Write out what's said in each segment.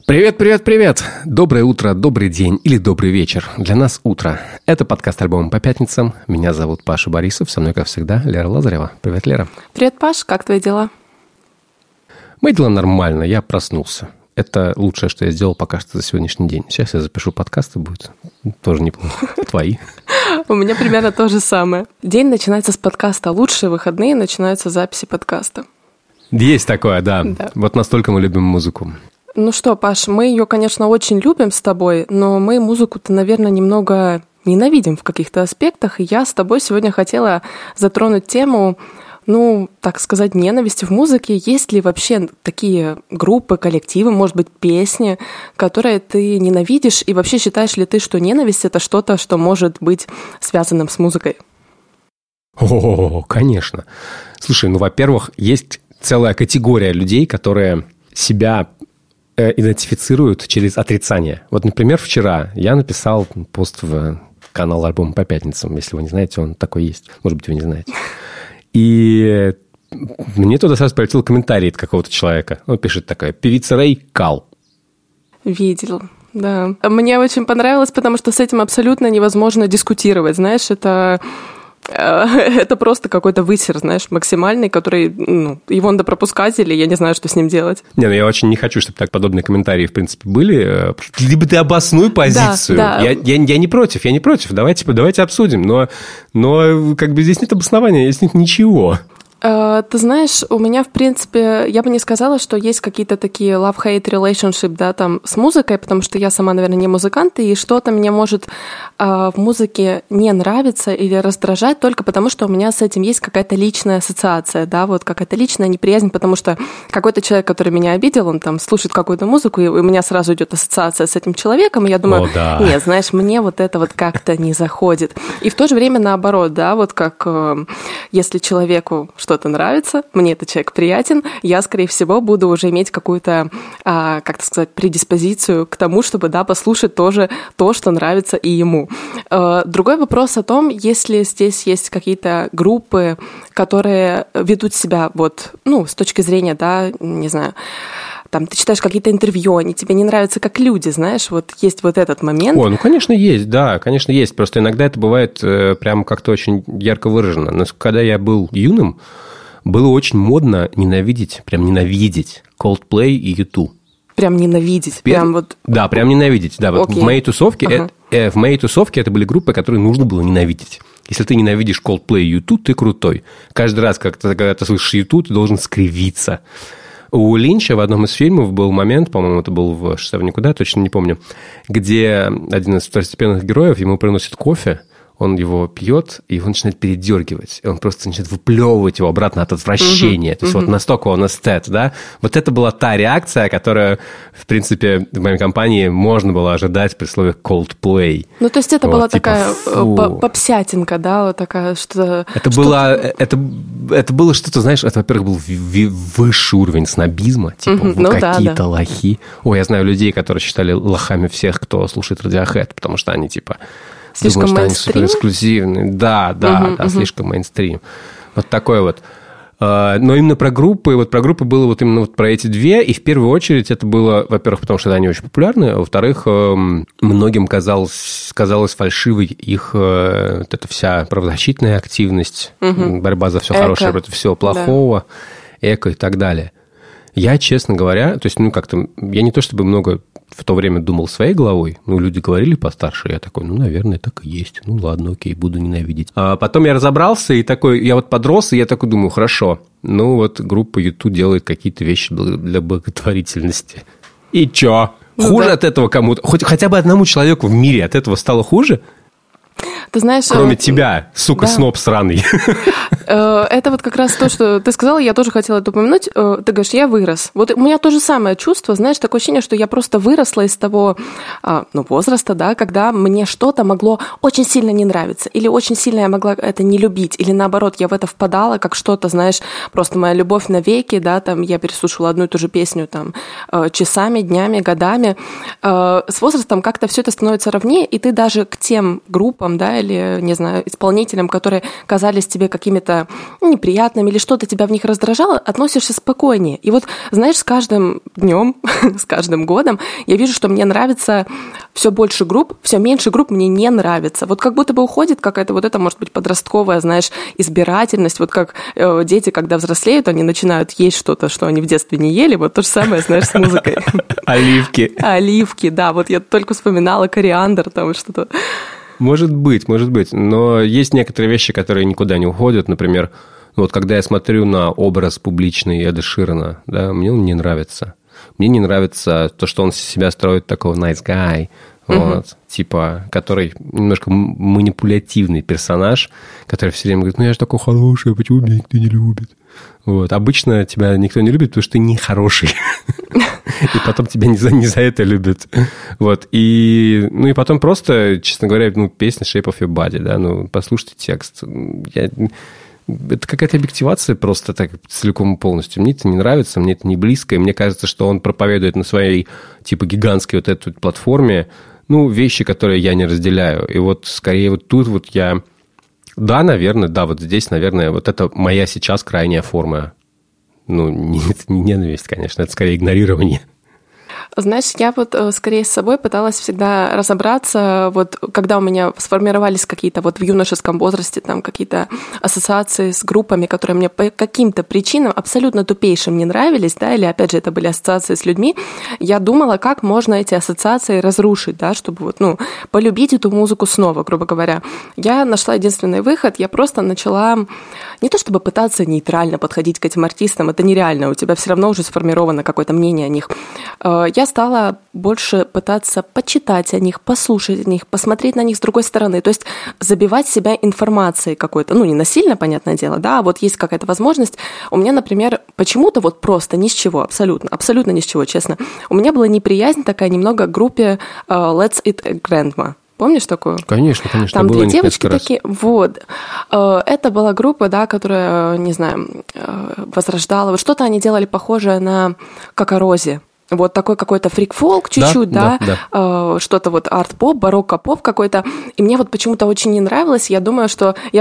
Привет, привет, привет! Доброе утро, добрый день или добрый вечер. Для нас утро. Это подкаст «Альбом по пятницам». Меня зовут Паша Борисов. Со мной, как всегда, Лера Лазарева. Привет, Лера. Привет, Паш. Как твои дела? Мои дела нормально. Я проснулся. Это лучшее, что я сделал пока что за сегодняшний день. Сейчас я запишу подкаст, и будет тоже неплохо. Твои. У меня примерно то же самое. День начинается с подкаста. Лучшие выходные начинаются с записи подкаста. Есть такое, да. Вот настолько мы любим музыку. Ну что, Паш, мы ее, конечно, очень любим с тобой, но мы музыку-то, наверное, немного ненавидим в каких-то аспектах. И я с тобой сегодня хотела затронуть тему, так сказать, ненависти в музыке. Есть ли вообще такие группы, коллективы, может быть, песни, которые ты ненавидишь? И вообще считаешь ли ты, что ненависть — это что-то, что может быть связанным с музыкой? О, конечно. Слушай, во-первых, есть целая категория людей, которые себя идентифицируют через отрицание. Вот, например, вчера я написал пост в канал «Альбом по пятницам». Если вы не знаете, он такой есть. Может быть, вы не знаете. И мне туда сразу прилетел комментарий от какого-то человека. Он пишет такое: «Певица Рэй кал». Видел, да. Мне очень понравилось, потому что с этим абсолютно невозможно дискутировать. Знаешь, это просто какой-то высер, знаешь, максимальный, который, его надо пропускать, или я не знаю, что с ним делать. Я очень не хочу, чтобы так подобные комментарии, в принципе, были. Либо ты обоснуй позицию. Да. Я не против. Давайте обсудим. Но как бы здесь нет обоснования, здесь нет ничего. Ты знаешь, у меня, в принципе, я бы не сказала, что есть какие-то такие love-hate relationship, да, там, с музыкой, потому что я сама, наверное, не музыкант, и что-то мне может в музыке не нравиться или раздражать только потому, что у меня с этим есть какая-то личная ассоциация, да, вот какая-то личная неприязнь, потому что какой-то человек, который меня обидел, он там слушает какую-то музыку, и у меня сразу идет ассоциация с этим человеком, и я думаю, нет, знаешь, мне вот это вот как-то не заходит. И в то же время наоборот, да, вот как если человеку что-то нравится, мне этот человек приятен, я, скорее всего, буду уже иметь какую-то, как-то сказать, предиспозицию к тому, чтобы, да, послушать тоже то, что нравится и ему. Другой вопрос о том, если здесь есть какие-то группы, которые ведут себя вот, с точки зрения, да, не знаю, там, ты читаешь какие-то интервью, они тебе не нравятся как люди, знаешь, вот есть вот этот момент. Конечно, есть, да, конечно, есть. Просто иногда это бывает прям как-то очень ярко выражено. Но когда я был юным, было очень модно ненавидеть Coldplay и U2. Прям ненавидеть? Да, прям ненавидеть. Да, вот в моей тусовке это были группы, которые нужно было ненавидеть. Если ты ненавидишь Coldplay и U2, ты крутой. Каждый раз, когда ты слышишь U2, ты должен скривиться. У Линча в одном из фильмов был момент, по-моему, это был в «Шоссе в никуда», точно не помню, где один из второстепенных героев, ему приносит кофе, он его пьет, и его начинает передергивать. И он просто начинает выплевывать его обратно от отвращения. То есть вот настолько он эстет, да? Вот это была та реакция, которая, в принципе, в моей компании можно было ожидать при слове Coldplay. То есть это была такая попсятинка, да? Вот такая, что... Это было что-то, знаешь, это, во-первых, был высший уровень снобизма. Типа, вы какие-то лохи. Я знаю людей, которые считали лохами всех, кто слушает Radiohead, потому что они, типа... Слишком думаю, мейнстрим? Что они супер эксклюзивные. Да, слишком мейнстрим. Вот такой вот. Но именно про группы было вот именно вот про эти две, и в первую очередь это было, во-первых, потому что они очень популярны, а во-вторых, многим казалось фальшивой их вот эта вся правозащитная активность, борьба за все хорошее против всего плохого, эко и так далее. Я, честно говоря, то есть, я не то чтобы много в то время думал своей головой, люди говорили постарше, я такой, наверное, так и есть, ладно, окей, буду ненавидеть. А потом я разобрался, и такой, я вот подрос, и я такой думаю, хорошо, группа U2 делает какие-то вещи для благотворительности. И чё? Хуже от этого кому-то? Хотя бы одному человеку в мире от этого стало хуже? Ты знаешь, кроме тебя, сука, сноб сраный. Это вот как раз то, что ты сказала, я тоже хотела это упомянуть. Ты говоришь, я вырос. Вот у меня то же самое чувство, знаешь, такое ощущение, что я просто выросла из того возраста, да, когда мне что-то могло очень сильно не нравиться, или очень сильно я могла это не любить, или наоборот, я в это впадала, как что-то, знаешь, просто моя любовь навеки, да, там, я переслушивала одну и ту же песню там часами, днями, годами. С возрастом как-то все это становится ровнее, и ты даже к тем группам, да, или, не знаю, исполнителям, которые казались тебе какими-то неприятными или что-то тебя в них раздражало, относишься спокойнее. И вот, знаешь, с каждым днем, с каждым годом я вижу, что мне нравится все больше групп, все меньше групп мне не нравится. Вот как будто бы уходит какая-то вот эта, может быть, подростковая, знаешь, избирательность. Вот как дети, когда взрослеют, они начинают есть что-то, что они в детстве не ели. Вот то же самое, знаешь, с музыкой. Оливки. Оливки, да. Вот я только вспоминала кориандр, там что-то. Может быть. Но есть некоторые вещи, которые никуда не уходят. Например, вот когда я смотрю на образ публичный Эда Ширана, да, мне он не нравится. Мне не нравится то, что он себя строит такого nice guy, вот, типа, который немножко манипулятивный персонаж, который все время говорит, ну я же такой хороший, почему меня никто не любит? Вот. Обычно тебя никто не любит, потому что ты не хороший. И потом тебя не за это любят. Вот. И потом просто, честно говоря, песня Shape of Your Body, да, послушайте текст. Это какая-то объективация просто так целиком и полностью. Мне это не нравится, мне это не близко, и мне кажется, что он проповедует на своей, типа, гигантской вот этой платформе, вещи, которые я не разделяю. И вот скорее вот тут вот я... Да, наверное, да, вот здесь, наверное, вот это моя сейчас крайняя форма. Не ненависть, конечно, это скорее игнорирование. Знаешь, я вот скорее с собой пыталась всегда разобраться, вот когда у меня сформировались какие-то вот в юношеском возрасте там какие-то ассоциации с группами, которые мне по каким-то причинам абсолютно тупейшим не нравились, да, или опять же это были ассоциации с людьми, я думала, как можно эти ассоциации разрушить, да, чтобы вот, полюбить эту музыку снова, грубо говоря. Я нашла единственный выход, я просто начала не то чтобы пытаться нейтрально подходить к этим артистам, это нереально, у тебя все равно уже сформировано какое-то мнение о них. Я стала больше пытаться почитать о них, послушать о них, посмотреть на них с другой стороны, то есть забивать себя информацией какой-то, не насильно, понятное дело, да, а вот есть какая-то возможность. У меня, например, почему-то вот просто ни с чего, абсолютно ни с чего, честно. У меня была неприязнь такая немного к группе Let's Eat Grandma. Помнишь такую? Конечно. Там две девочки такие. Вот. Это была группа, да, которая, не знаю, возрождала. Вот что-то они делали похожее на Кокорози. Вот такой какой-то фрик-фолк чуть-чуть, да. Что-то вот арт-поп, барокко-поп какой-то. И мне вот почему-то очень не нравилось. Я думаю, что... Я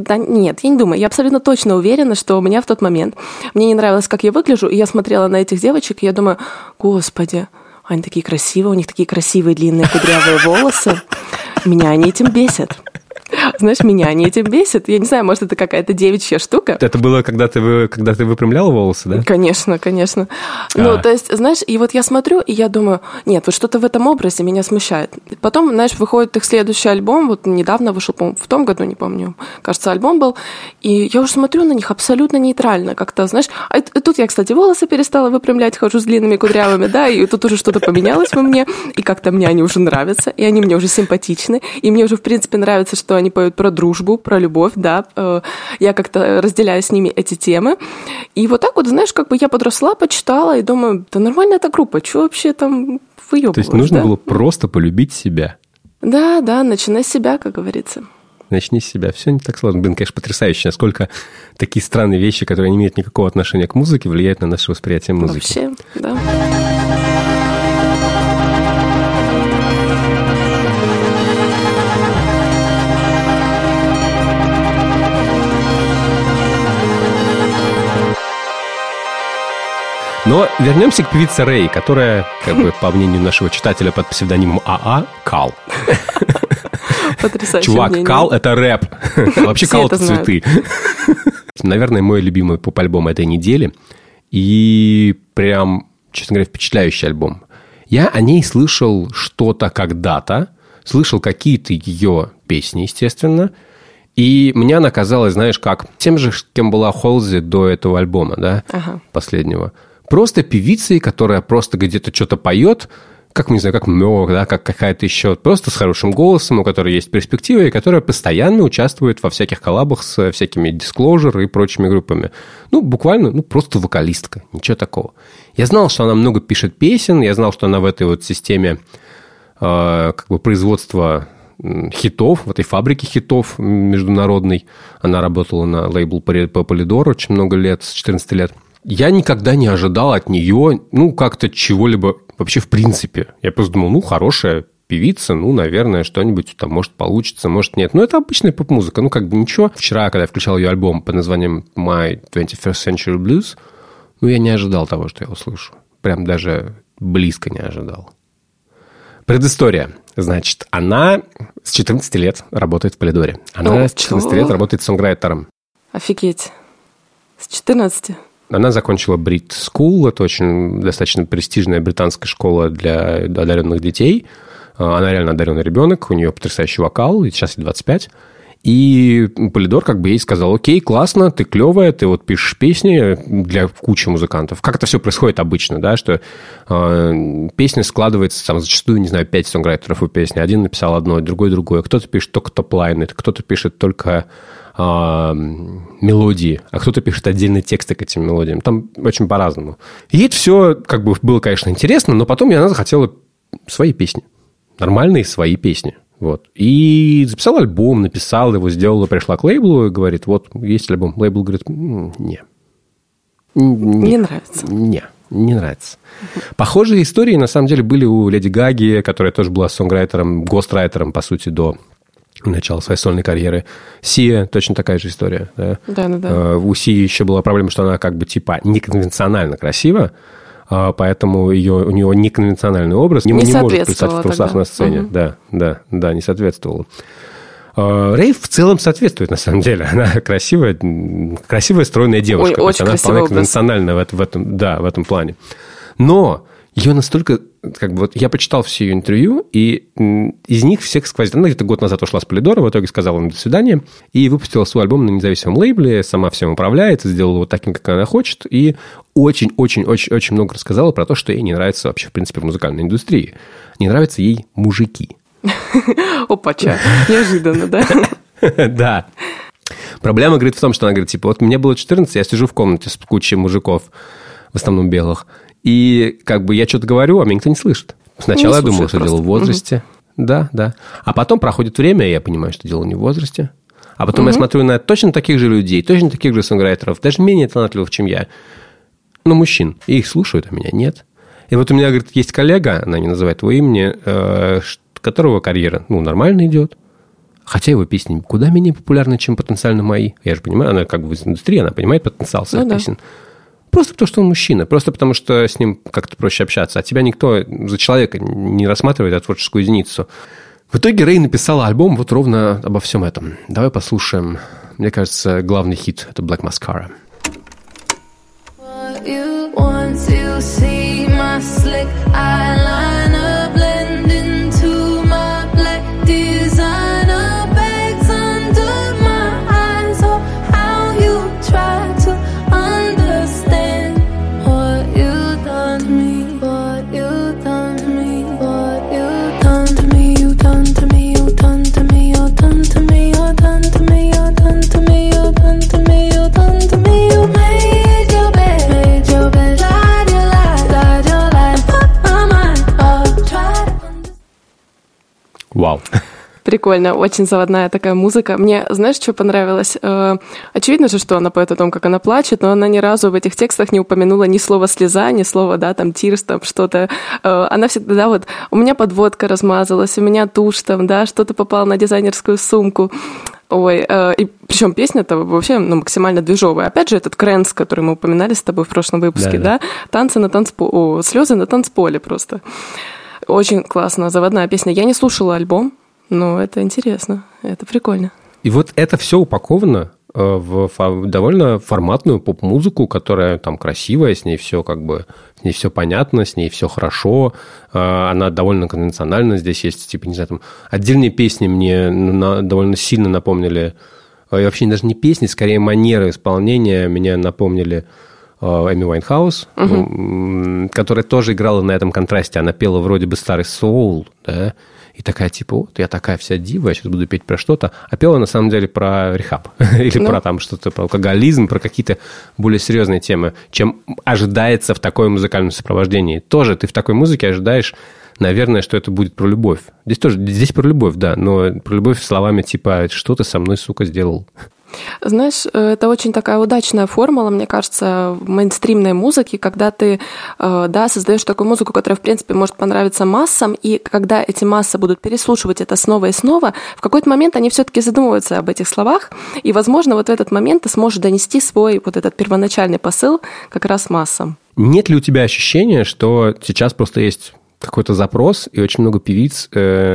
абсолютно точно уверена, что у меня в тот момент... Мне не нравилось, как я выгляжу, и я смотрела на этих девочек, и я думаю, господи, они такие красивые, у них такие красивые длинные кудрявые волосы. Меня они этим бесят. Знаешь, меня они этим бесят. Я не знаю, может, это какая-то девичья штука. Это было, когда ты выпрямляла волосы, да? Конечно. То есть, знаешь, и вот я смотрю, и я думаю, нет, вот что-то в этом образе меня смущает. Потом, знаешь, выходит их следующий альбом, вот недавно вышел, по-моему, в том году, не помню, кажется, альбом был, и я уже смотрю на них абсолютно нейтрально, как-то, знаешь, а тут я, кстати, волосы перестала выпрямлять, хожу с длинными кудрявыми, да, и тут уже что-то поменялось во мне, и как-то мне они уже нравятся, и они мне уже симпатичны, и мне уже, в принципе, нравится, что они поют про дружбу, про любовь, да, я как-то разделяю с ними эти темы. И вот так вот, знаешь, как бы я подросла, почитала и думаю, да нормальная эта группа, что вообще там выебываешь? То есть нужно было просто полюбить себя. Да, начинай с себя, как говорится. Начни с себя. Все не так сложно. Блин, конечно, потрясающе, насколько такие странные вещи, которые не имеют никакого отношения к музыке, влияют на наше восприятие музыки. Вообще, да. Но вернемся к певице Рэй, которая, как бы, по мнению нашего читателя под псевдонимом АА, Кал. Потрясающее Чувак, мнение. Кал — это рэп. Вообще Кал — это цветы. Наверное, мой любимый поп-альбом этой недели. И прям, честно говоря, впечатляющий альбом. Я о ней слышал что-то когда-то, слышал какие-то ее песни, естественно. И мне она казалась, знаешь, как тем же, кем была Холзи до этого альбома, да, последнего. Просто певицей, которая просто где-то что-то поет, как, не знаю, как Мёр, да, как какая-то еще, просто с хорошим голосом, у которой есть перспектива, и которая постоянно участвует во всяких коллабах с всякими Disclosure и прочими группами. Буквально, просто вокалистка, ничего такого. Я знал, что она много пишет песен, я знал, что она в этой вот системе как бы производства хитов, в этой фабрике хитов международной. Она работала на лейбл Polydor очень много лет, с 14 лет. Я никогда не ожидал от нее, как-то чего-либо вообще в принципе. Я просто думал, хорошая певица, ну, наверное, что-нибудь там может получится, может нет. Но это обычная поп-музыка, ну, как бы ничего. Вчера, когда я включал ее альбом под названием My 21st Century Blues, ну, я не ожидал того, что я услышу. Прям даже близко не ожидал. Предыстория. Значит, она с 14 лет работает в Полидоре. Она с 14 лет работает сонграйтером. Офигеть. С 14? Она закончила Brit School. Это очень достаточно престижная британская школа для одаренных детей. Она реально одаренный ребенок. У нее потрясающий вокал. И сейчас ей 25. И Полидор как бы ей сказал: окей, классно, ты клевая, ты вот пишешь песни для кучи музыкантов. Как это все происходит обычно, да, что песня складывается, там, зачастую, не знаю, 5 сонграйтеров у песни. Один написал одно, другой другое. Кто-то пишет только топ-лайны, кто-то пишет только мелодии, а кто-то пишет отдельные тексты к этим мелодиям. Там очень по-разному. И это все как бы было, конечно, интересно, но потом она захотела свои песни. Нормальные свои песни. Вот. И записал альбом, написал его, сделала, пришла к лейблу и говорит: вот, есть альбом. Лейбл говорит: не нравится. Не нравится. Похожие истории, на самом деле, были у Леди Гаги, которая тоже была сонграйтером, гострайтером, по сути, до начала своей сольной карьеры. Сия, точно такая же история. Да? Да. У Сии еще была проблема, что она как бы типа неконвенционально красива, поэтому у нее неконвенциональный образ не может плясать в трусах на сцене. Угу. Да, не соответствовало. Рейв в целом соответствует, на самом деле. Она красивая, стройная девушка. Ой, очень она красивый вполне конвенциональна в этом плане. Но ее настолько... Как бы, вот я почитал все ее интервью, и из них всех сквозит. Она где-то год назад ушла с Полидора, в итоге сказала им до свидания, и выпустила свой альбом на независимом лейбле, сама всем управляет, сделала его таким, как она хочет, и очень-очень-очень много рассказала про то, что ей не нравится вообще, в принципе, в музыкальной индустрии. Не нравятся ей мужики. Опача, неожиданно, да? Да. Проблема, говорит, в том, что она говорит, типа, вот мне было 14, я сижу в комнате с кучей мужиков, в основном белых, и как бы я что-то говорю, а меня никто не слышит. Сначала я думал, что дело в возрасте. Да. А потом проходит время, и я понимаю, что дело не в возрасте. А потом я смотрю на точно таких же людей, точно таких же сонграйтеров, даже менее талантливых, чем я, но мужчин. И их слушают, а меня нет. И вот у меня, говорит, есть коллега, она не называет его имени, которого карьера, нормально идет. Хотя его песни куда менее популярны, чем потенциально мои. Я же понимаю, она как бы из индустрии, она понимает потенциал своих песен. Просто потому, что он мужчина, просто потому, что с ним как-то проще общаться. А тебя никто за человека не рассматривает, а творческую единицу. В итоге Рэй написала альбом вот ровно обо всем этом. Давай послушаем, мне кажется, главный хит – это Black Mascara. Вау. Прикольно, очень заводная такая музыка. Мне, знаешь, что понравилось? Очевидно же, что она поет о том, как она плачет, но она ни разу в этих текстах не упомянула ни слова слеза, ни слова, да, там, тирс, там, что-то. Она всегда, да, вот, у меня подводка размазалась, у меня тушь там, да, что-то попало на дизайнерскую сумку. Ой, и причем песня-то вообще максимально движовая. Опять же, этот Крэнс, который мы упоминали с тобой в прошлом выпуске, да? Танцы на танцполе, слезы на танцполе просто. Очень классно, заводная песня. Я не слушала альбом, но это интересно, это прикольно. И вот это все упаковано в довольно форматную поп-музыку, которая там красивая, с ней все как бы, с ней все понятно, с ней все хорошо, она довольно конвенциональна. Здесь есть, типа, не знаю, там отдельные песни мне довольно сильно напомнили, и вообще даже не песни, скорее манеры исполнения меня напомнили Эми Уайнхаус, которая тоже играла на этом контрасте. Она пела вроде бы старый соул, да, и такая, типа, вот я такая вся дива, я сейчас буду петь про что-то. А пела на самом деле про рехаб. Или про там что-то, про алкоголизм, про какие-то более серьезные темы, чем ожидается в таком музыкальном сопровождении. Тоже ты в такой музыке ожидаешь, наверное, что это будет про любовь. Здесь про любовь, да, но про любовь словами типа «что ты со мной, сука, сделал?» Знаешь, это очень такая удачная формула, мне кажется, в мейнстримной музыке, когда ты, да, создаешь такую музыку, которая, в принципе, может понравиться массам, и когда эти массы будут переслушивать это снова и снова, в какой-то момент они все-таки задумываются об этих словах, и, возможно, вот в этот момент ты сможешь донести свой вот этот первоначальный посыл как раз массам. Нет ли у тебя ощущения, что сейчас просто есть какой-то запрос, и очень много певиц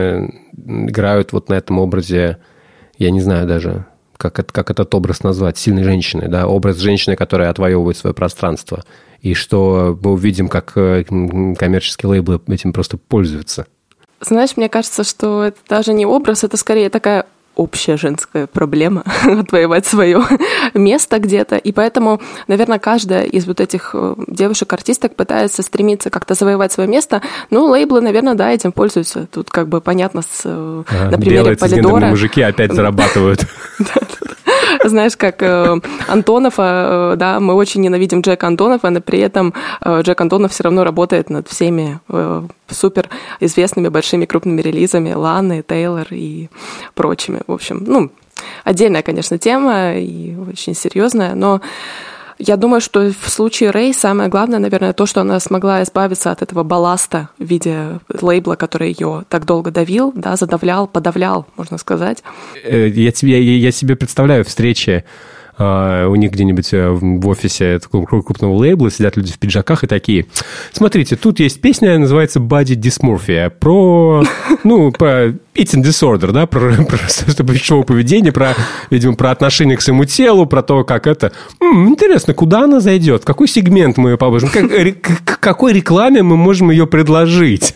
играют вот на этом образе, я не знаю даже, как этот образ назвать, сильной женщины, да, образ женщины, которая отвоевывает свое пространство, и что мы увидим, как коммерческие лейблы этим просто пользуются? Знаешь, мне кажется, что это даже не образ, это скорее такая общая женская проблема отвоевать свое место где-то. И поэтому, наверное, каждая из вот этих девушек-артисток пытается стремиться как-то завоевать свое место. Ну, лейблы, наверное, да, этим пользуются. Тут как бы понятно на примере Полидора. Белые цисгендерные мужики опять зарабатывают. Знаешь, как Антонова, да, мы очень ненавидим Джека Антонова, но при этом Джек Антонов все равно работает над всеми супер известными большими крупными релизами Ланы, Тейлор и прочими. В общем, ну, отдельная, конечно, тема и очень серьезная, но я думаю, что в случае Рэй самое главное, наверное, то, что она смогла избавиться от этого балласта в виде лейбла, который ее так долго давил, да, задавлял, подавлял, можно сказать. Я себе представляю встречи у них где-нибудь в офисе такого крупного лейбла, сидят люди в пиджаках и такие: смотрите, тут есть песня, называется «Body Dysmorphia», про eating disorder, да, про пищевое поведение, видимо, про отношение к своему телу, про то, как это... Интересно, куда она зайдет? В какой сегмент мы ее положим? К какой рекламе мы можем ее предложить?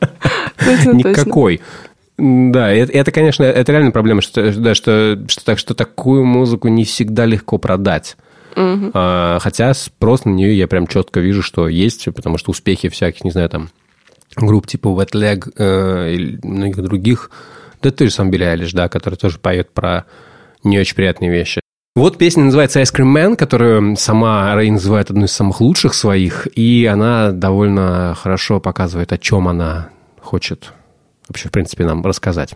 Никакой. Да, это, конечно, это реально проблема, что такую музыку не всегда легко продать. Хотя спрос на нее я прям четко вижу, что есть, потому что успехи всяких, не знаю, там, групп типа Wet Leg или многих других, да той же сам Билли Айлиш, да, который тоже поет про не очень приятные вещи. Вот песня называется «Ice Cream Man», которую сама Рэй называет одной из самых лучших своих, и она довольно хорошо показывает, о чем она хочет вообще, в принципе, нам рассказать.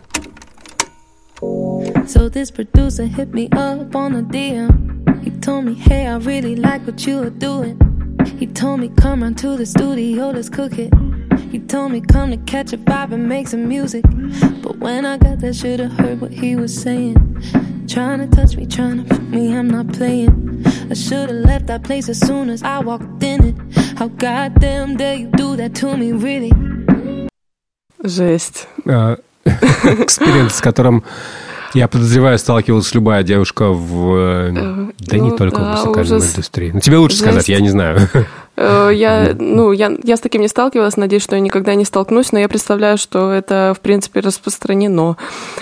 So this producer hit me up on a DM. He told me, hey, I really like what you are doing. He told me, come round to the studio, let's cook it. He told me, come to catch a vibe and make some music. But when I got there, should've heard what he was saying. Trying to touch me, trying to fuck me, I'm not playing. I should've left that place as soon as I walked in it. How goddamn dare you do that to me, really? Жесть. Экспириенс, с которым, я подозреваю, сталкивалась любая девушка не только в музыкальной индустрии. Тебе лучше сказать, я не знаю. Я с таким не сталкивалась, надеюсь, что я никогда не столкнусь, но я представляю, что это, в принципе, распространено.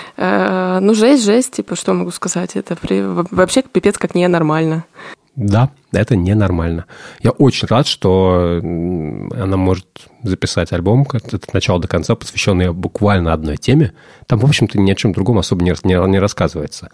Жесть, типа, что могу сказать? Это вообще пипец как ненормально. Да, это ненормально. Я очень рад, что она может записать альбом от начала до конца, посвященный буквально одной теме. Там, в общем-то, ни о чем другом особо не рассказывается.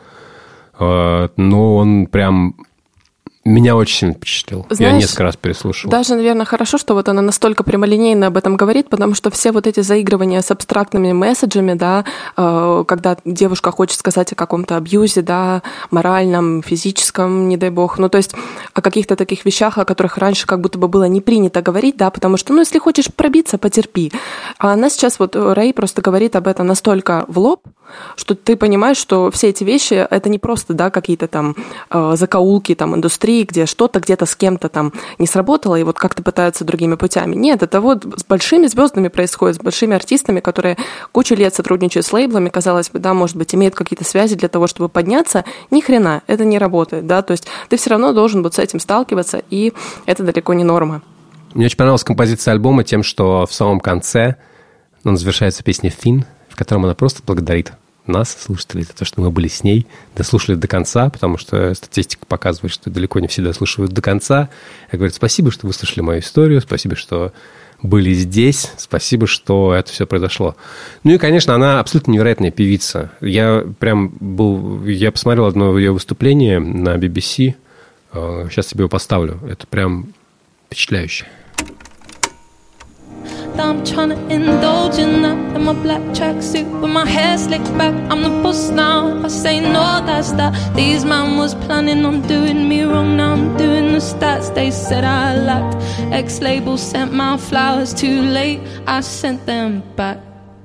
Но он прям... Меня очень сильно впечатлил. Знаешь, я несколько раз переслушал. Даже, наверное, хорошо, что вот она настолько прямолинейно об этом говорит, потому что все вот эти заигрывания с абстрактными месседжами, да, когда девушка хочет сказать о каком-то абьюзе, да, моральном, физическом, не дай бог, то есть о каких-то таких вещах, о которых раньше как будто бы было не принято говорить, да, потому что, если хочешь пробиться, потерпи. А она сейчас, Рэй просто говорит об этом настолько в лоб, что ты понимаешь, что все эти вещи, это не просто, да, какие-то там закоулки там индустрии, где что-то где-то с кем-то там не сработало, и вот как-то пытаются другими путями. Нет, это вот с большими звездами происходит, с большими артистами, которые кучу лет сотрудничают с лейблами, казалось бы, да, может быть, имеют какие-то связи для того, чтобы подняться. Ни хрена, это не работает, да, то есть ты все равно должен вот с этим сталкиваться, и это далеко не норма. Мне очень понравилась композиция альбома тем, что в самом конце он завершается песней «Thin», в котором она просто благодарит нас, слушателей, за то, что мы были с ней, дослушали до конца, потому что статистика показывает, что далеко не все дослушивают до конца. Я говорю, спасибо, что вы слушали мою историю, спасибо, что были здесь, спасибо, что это все произошло. И, конечно, она абсолютно невероятная певица. Я посмотрел одно ее выступление на BBC, сейчас тебе его поставлю. Это прям впечатляюще. I'm trying to indulge in that. In my black tracksuit with my hair slicked back. I'm the boss now, I say no, that's that. These man was planning on doing me wrong. Now I'm doing the stats they said I lacked. X-Label sent my flowers too late, I sent them back.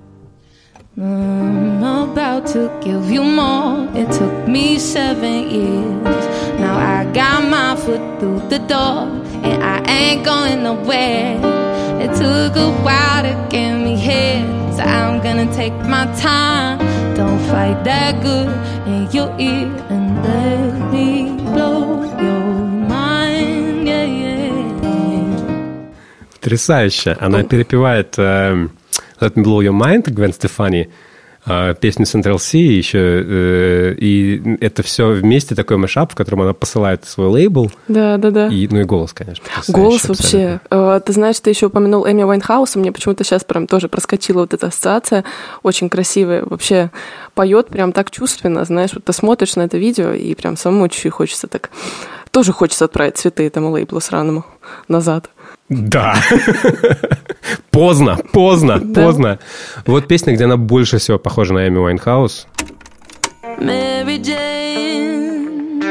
I'm about to give you more. It took me 7 years. Now I got my foot through the door, and I ain't going nowhere. It took a while to get me here, so I'm gonna take my time. Don't fight that good in your ear and let me blow your mind, yeah, yeah. Потрясающе. Она перепевает Let Me Blow Your Mind, Гвен Стефани, песню Central C еще, и это все вместе такой мэшап, в котором она посылает свой лейбл. Да. И, ну и голос, конечно. Голос вообще. Ты знаешь, ты еще упомянул Эми Уайнхаус, мне почему-то сейчас прям тоже проскочила вот эта ассоциация, очень красивая, вообще поет прям так чувственно, знаешь, вот ты смотришь на это видео, и прям самому чуть-чуть хочется так, тоже хочется отправить цветы этому лейблу сраному назад. Да. Поздно. Вот песня, где она больше всего похожа на Эми Уайнхаус. Mary Jane,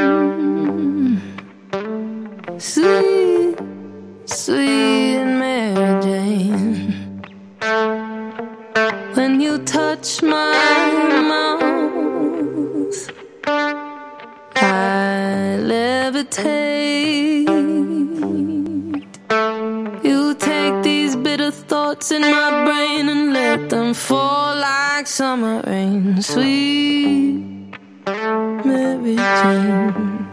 sweet, sweet Mary Jane. When you touch my mouth, I levitate. You take these bitter thoughts in my brain and let them fall like summer rain. Sweet Mary Jane.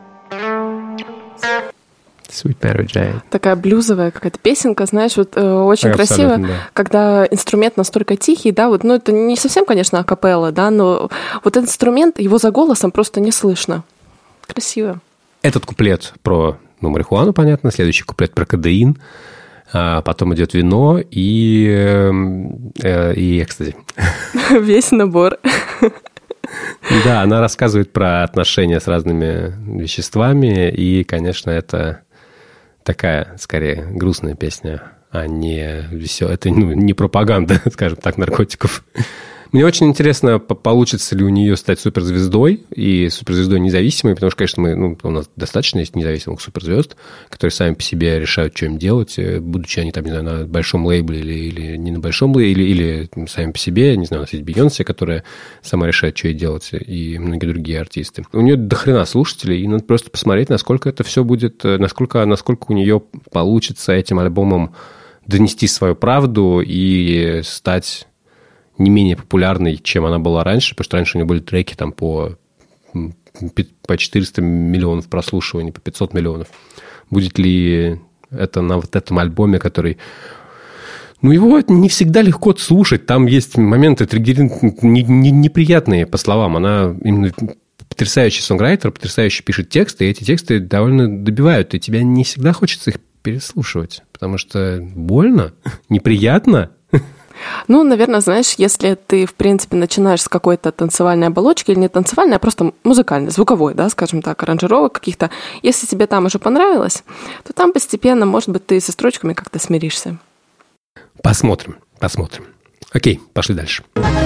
Sweet Mary Jane. Такая блюзовая какая-то песенка, знаешь, вот очень красиво, да. Когда инструмент настолько тихий, да, вот, ну это не совсем, конечно, акапелла, да, но вот этот инструмент, его за голосом просто не слышно. Красиво. Этот куплет про марихуану, понятно, следующий куплет про кодеин, потом идет вино и экстази. Весь набор. Да, она рассказывает про отношения с разными веществами, и, конечно, это такая, скорее, грустная песня, а не веселая. Это не пропаганда, скажем так, наркотиков. Мне очень интересно, получится ли у нее стать суперзвездой и суперзвездой независимой, потому что, конечно, у нас достаточно есть независимых суперзвезд, которые сами по себе решают, что им делать, будучи они там, не знаю, на большом лейбле или не на большом лейбле, или сами по себе, не знаю, у нас есть Бейонсе, которая сама решает, что ей делать, и многие другие артисты. У нее дохрена слушателей, и надо просто посмотреть, насколько это все будет, насколько у нее получится этим альбомом донести свою правду и стать не менее популярной, чем она была раньше, потому что раньше у нее были треки там по 400 миллионов прослушиваний, по 500 миллионов. Будет ли это на вот этом альбоме, который... его не всегда легко слушать. Там есть моменты неприятные, по словам. Она именно потрясающий сонграйтер, потрясающе пишет тексты, и эти тексты довольно добивают, и тебе не всегда хочется их переслушивать, потому что больно, неприятно. Наверное, знаешь, если ты, в принципе, начинаешь с какой-то танцевальной оболочки, или не танцевальной, а просто музыкальной, звуковой, да, скажем так, аранжировок каких-то, если тебе там уже понравилось, то там постепенно, может быть, ты со строчками как-то смиришься. Посмотрим. Окей, пошли дальше.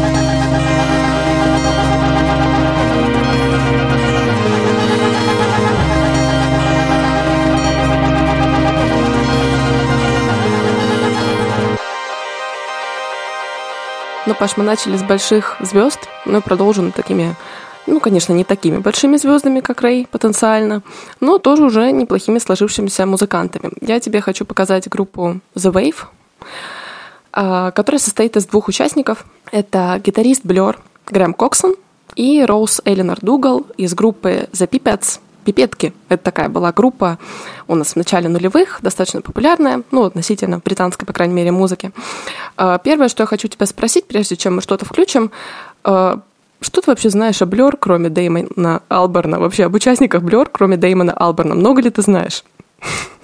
Паш, мы начали с больших звезд, но и продолжим такими, конечно, не такими большими звездами, как Рэй, потенциально, но тоже уже неплохими сложившимися музыкантами. Я тебе хочу показать группу The Wave, которая состоит из 2 участников. Это гитарист Blur Грэм Коксон и Роуз Элинор Дугал из группы The Pipettes. Пипетки. Это такая была группа у нас в начале нулевых, достаточно популярная, относительно британской, по крайней мере, музыки. Первое, что я хочу тебя спросить, прежде чем мы что-то включим, что ты вообще знаешь о Blur, кроме Дэймона Алберна? Вообще об участниках Blur, кроме Дэймона Алберна? Много ли ты знаешь?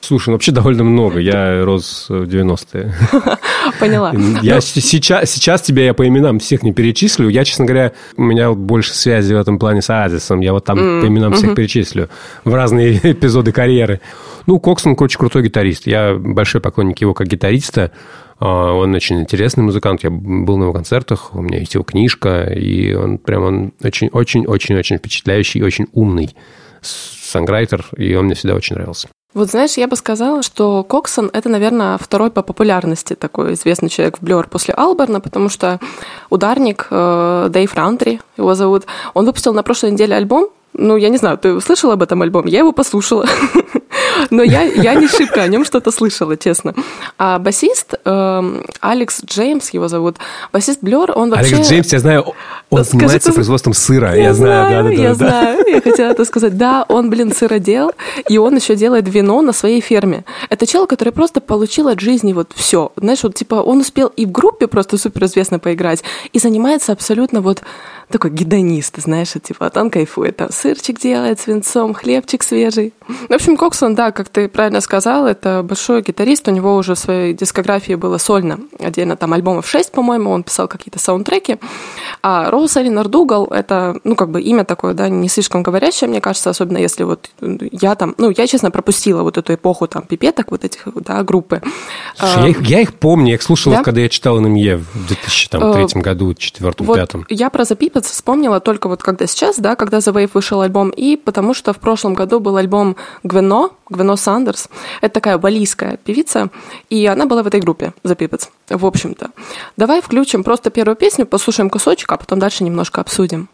Слушай, вообще довольно много. Я рос в 90-е. Поняла. Сейчас тебя я по именам всех не перечислю. Я, честно говоря, у меня больше связи в этом плане с Оазисом. Я вот там по именам всех перечислю в разные эпизоды карьеры. Ну, Коксон очень крутой гитарист. Я большой поклонник его как гитариста. Он очень интересный музыкант. Я был на его концертах. У меня есть его книжка. И он очень-очень-очень-очень впечатляющий и очень умный сонграйтер. И он мне всегда очень нравился. Вот знаешь, я бы сказала, что Коксон — это, наверное, второй по популярности такой известный человек в Blur после Алберна, потому что ударник Дэйв Раунтри, его зовут, он выпустил на прошлой неделе альбом. Ну, я не знаю, ты слышала об этом альбоме? Я его послушала. Но я не шибко о нем что-то слышала, честно. А басист Алекс Джеймс, его зовут, басист Blur, он вообще... Алекс Джеймс, я знаю, он занимается производством сыра. Я знаю, я хотела это сказать. Да, он, сыродел, и он еще делает вино на своей ферме. Это чел, который просто получил от жизни вот все. Знаешь, вот типа он успел и в группе просто суперизвестно поиграть, и занимается абсолютно вот такой гедонист, знаешь, типа, вот он кайфует, там сырчик делает с винцом, хлебчик свежий. В общем, Коксон, да, как ты правильно сказал, это большой гитарист, у него уже в своей дискографии было сольно, отдельно там альбомов 6, по-моему, он писал какие-то саундтреки. А Роуз Элинор Дугал, это, имя такое, да, не слишком говорящее, мне кажется, особенно если вот я там, я, честно, пропустила вот эту эпоху там пипеток, вот этих, да, группы. Слушай, я их помню, я их слушала, да? Когда я читала НМЕ в 2003 году, 2004-2005. Я про The Pippets вспомнила только вот когда сейчас, да, когда The Wave вышел альбом, и потому что в прошлом году был альбом Гвено Сандерс. Это такая балийская певица, и она была в этой группе The Pippets, в общем-то. Давай включим просто первую песню, послушаем кусочек, а потом дальше немножко обсудим.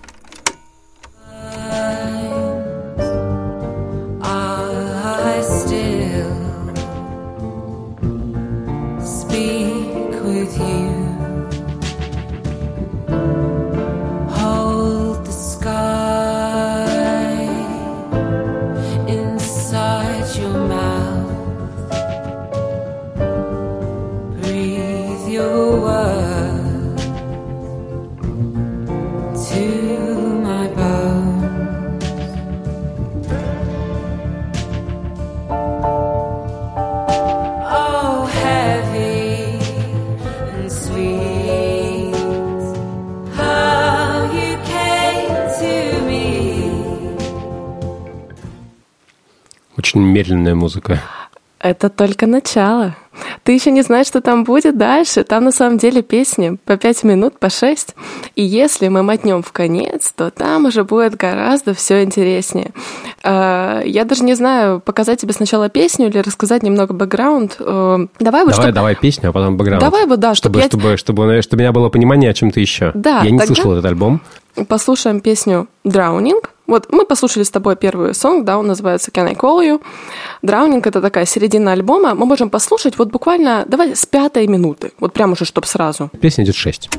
Очень медленная музыка. Это только начало. Ты еще не знаешь, что там будет дальше. Там на самом деле песни по 5 минут, по 6. И если мы мотнем в конец, то там уже будет гораздо все интереснее. Я даже не знаю, показать тебе сначала песню или рассказать немного бэкграунд. Давай песню, а потом бэкграунд. Давай вот, да, чтобы у меня было понимание о чем-то еще. Да, я не слышал этот альбом. Послушаем песню «Drowning». Вот мы послушали с тобой первый сонг, да, он называется «Can I Call You?». «Drowning» — это такая середина альбома. Мы можем послушать вот буквально, давай, с 5-й минуты. Вот прям уже, чтоб сразу. Песня идет 6.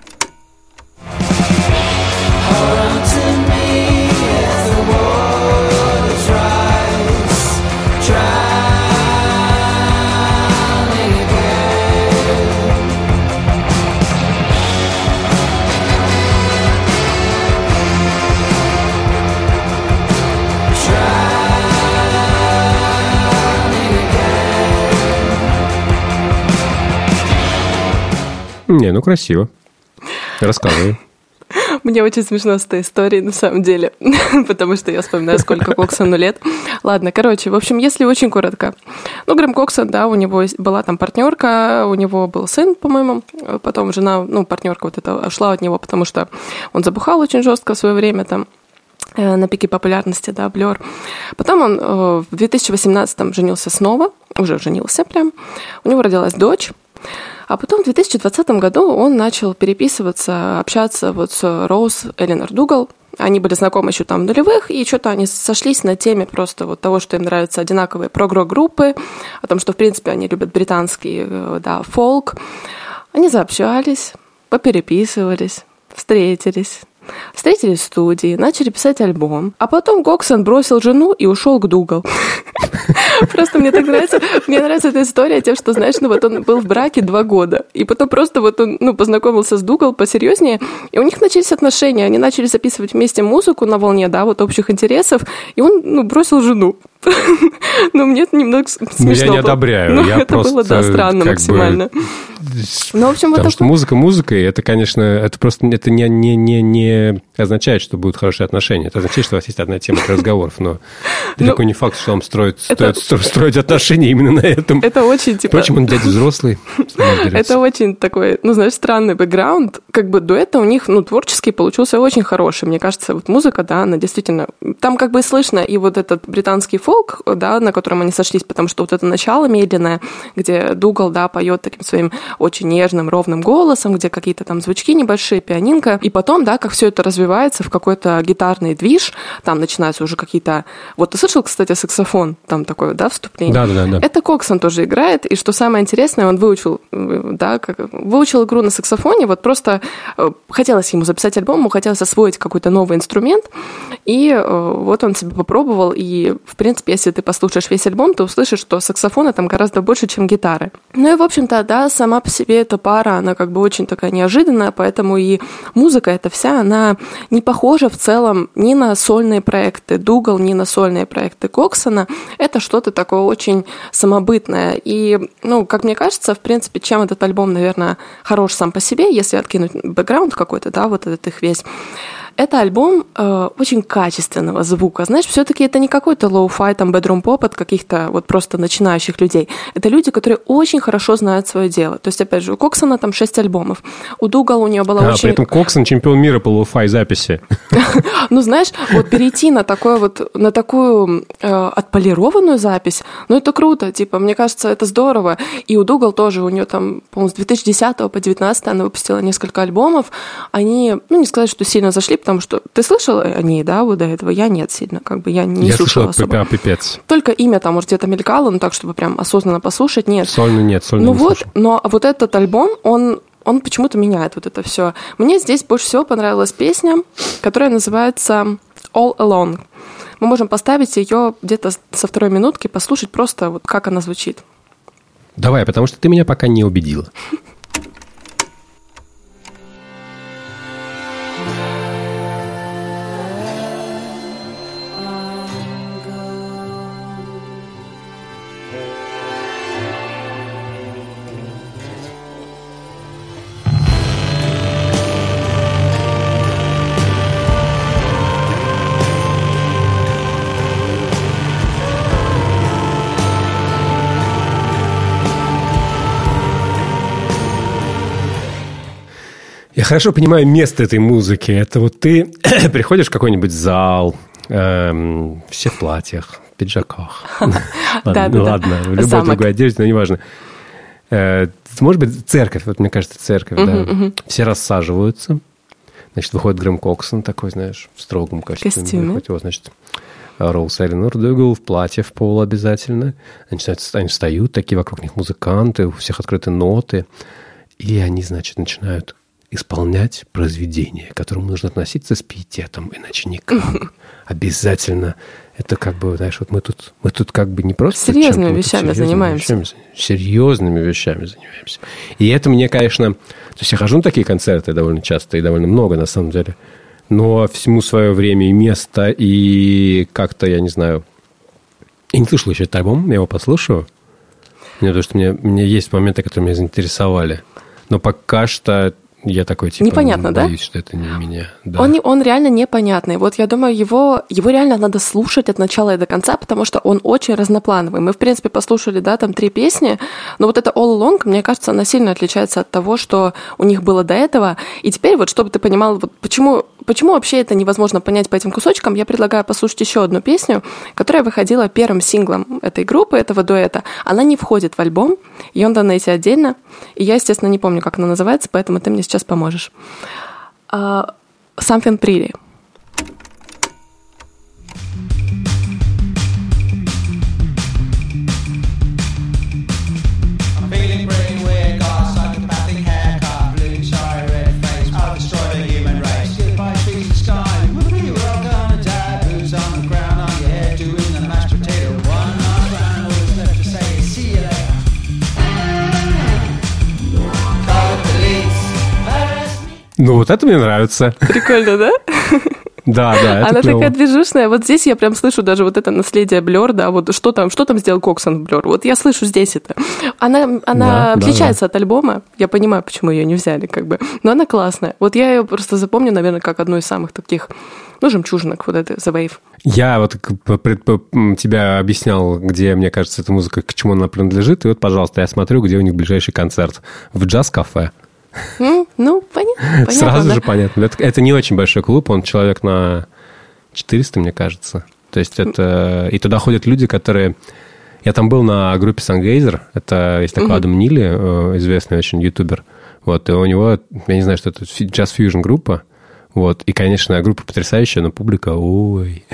Не, красиво. Рассказывай. Мне очень смешно с этой историей, на самом деле, потому что я вспоминаю, сколько Коксону лет. Ладно, в общем, если очень коротко. Грэм Коксон, да, у него была там партнерка, у него был сын, по-моему, потом жена, партнерка вот эта ушла от него, потому что он забухал очень жестко в свое время там, на пике популярности, да, Blur. Потом он в 2018-м женился снова, уже женился прям, у него родилась дочь. А потом в 2020 году он начал переписываться, общаться вот с Роуз Элинор Дугал. Они были знакомы еще там в нулевых, и что-то они сошлись на теме просто вот того, что им нравятся одинаковые прогро-группы, о том, что, в принципе, они любят британский, да, фолк. Они заобщались, попереписывались, встретились в студии, начали писать альбом. А потом Коксон бросил жену и ушел к Дугал. Просто мне так нравится. Мне нравится эта история тем, что, знаешь, он был в браке 2 года. И потом просто он, познакомился с Дугал посерьезнее. И у них начались отношения. Они начали записывать вместе музыку на волне, да, вот общих интересов. И он, бросил жену. Ну, мне это немного смешно. Я не одобряю. Ну, это было, да, странно максимально. Ну, в общем, потому что музыка музыкой, это, конечно, это просто это не означает, что будут хорошие отношения. Это означает, что у вас есть одна тема для разговоров, но далеко не факт, что вам стоит строить отношения именно на этом. Это очень, типа... Впрочем, он дядя взрослый. Это очень такой, ну, знаешь, странный бэкграунд. Как бы дуэт у них, ну, творческий получился очень хороший. Мне кажется, вот музыка, да, она действительно... Там как бы слышно и вот этот британский фолк, да, на котором они сошлись, потому что вот это начало медленное, где Дугал, да, поет таким своим очень нежным, ровным голосом, где какие-то там звучки небольшие, пианинка, и потом, да, как все это развивается в какой-то гитарный движ, там начинаются уже какие-то... Вот ты слышал, кстати, саксофон, там такое, да, вступление? Да. Это Коксон тоже играет, и что самое интересное, он выучил игру на саксофоне, вот просто хотелось ему записать альбом, ему хотелось освоить какой-то новый инструмент, и вот он себе попробовал, и, в принципе, если ты послушаешь весь альбом, ты услышишь, что саксофона там гораздо больше, чем гитары. Ну и, в общем-то, да, сама по себе эта пара, она как бы очень такая неожиданная, поэтому и музыка эта вся, она не похожа в целом ни на сольные проекты Дугал, ни на сольные проекты Коксона. Это что-то такое очень самобытное. И, ну, как мне кажется, в принципе, чем этот альбом, наверное, хорош сам по себе, если откинуть бэкграунд какой-то, да, вот этот их весь, это альбом очень качественного звука. Знаешь, все-таки это не какой-то лоу-фай, там, бедрум-поп от каких-то вот просто начинающих людей. Это люди, которые очень хорошо знают свое дело. То есть, опять же, у Коксона там 6 альбомов. У Дугал у нее была очень... При этом Коксон чемпион мира по лоу-фай записи. Ну, знаешь, вот перейти на такую отполированную запись, ну, это круто. Типа, мне кажется, это здорово. И у Дугал тоже, у нее там, по-моему, с 2010 по 2019 она выпустила несколько альбомов. Они, ну, не сказать, что сильно зашли, потому что ты слышала о ней, да, вот до этого? Я нет сильно, как бы я не слушала особо. Я слышала пипец. Только имя там, может, где-то мелькало, но так, чтобы прям осознанно послушать, нет. Сольно нет, сольно не слушаю. Но вот этот альбом, он почему-то меняет вот это все. Мне здесь больше всего понравилась песня, которая называется All Alone. Мы можем поставить ее где-то со 2 минутки, послушать просто вот как она звучит. Давай, потому что ты меня пока не убедила. Я хорошо понимаю место этой музыки. Это вот ты приходишь в какой-нибудь зал, все в платьях, в пиджаках. Ладно, в любой другой одежде, но неважно. Может быть, церковь, вот мне кажется, церковь, да. Все рассаживаются. Значит, выходит Грэм Коксон такой, знаешь, в строгом костюме. Его, значит, Роуз Эллинор Дугал в платье в пол обязательно. Они встают, такие вокруг них музыканты, у всех открыты ноты. И они, значит, начинают исполнять произведение, к которому нужно относиться с пиететом, иначе никак. Обязательно. Это как бы, знаешь, вот мы тут как бы не просто... Серьезными вещами занимаемся. Серьезными вещами занимаемся. И это мне, конечно... То есть я хожу на такие концерты довольно часто, и довольно много, на самом деле. Но всему свое время и место, и как-то, я не знаю... Я не слышал еще этот альбом, я его послушаю. Потому что мне есть моменты, которые меня заинтересовали. Но пока что... Я такой, типа, непонятно, боюсь, да? что это не меня. Да. Он реально непонятный. Вот я думаю, его реально надо слушать от начала и до конца, потому что он очень разноплановый. Мы, в принципе, послушали, да, там 3 песни, но вот эта All Along, мне кажется, она сильно отличается от того, что у них было до этого. И теперь вот, чтобы ты понимал, вот почему вообще это невозможно понять по этим кусочкам, я предлагаю послушать еще одну песню, которая выходила первым синглом этой группы, этого дуэта. Она не входит в альбом, ее надо найти отдельно. И я, естественно, не помню, как она называется, поэтому ты мне сейчас поможешь. Something Pretty. Ну, вот это мне нравится. Прикольно, да? Да, это Она клево. такая движушная. Вот здесь я прям слышу даже вот это наследие Blur, да, вот что там сделал Коксон в Blur. Вот я слышу здесь это. Она отличается от альбома. Я понимаю, почему ее не взяли, как бы. Но она классная. Вот я ее просто запомню, наверное, как одну из самых таких, жемчужинок, вот это The Wave. Я вот тебя объяснял, где, мне кажется, эта музыка, к чему она принадлежит. И вот, пожалуйста, я смотрю, где у них ближайший концерт. В джаз-кафе. Понятно. Сразу же понятно. Это не очень большой клуб, он человек на 400, мне кажется. То есть это... И туда ходят люди, которые... Я там был на группе Sungeyser. Это есть такой Адам Нили, известный очень ютубер. Вот, и у него, я не знаю, что это, джаз-фьюжн группа. Вот, и, конечно, группа потрясающая, но публика, ой...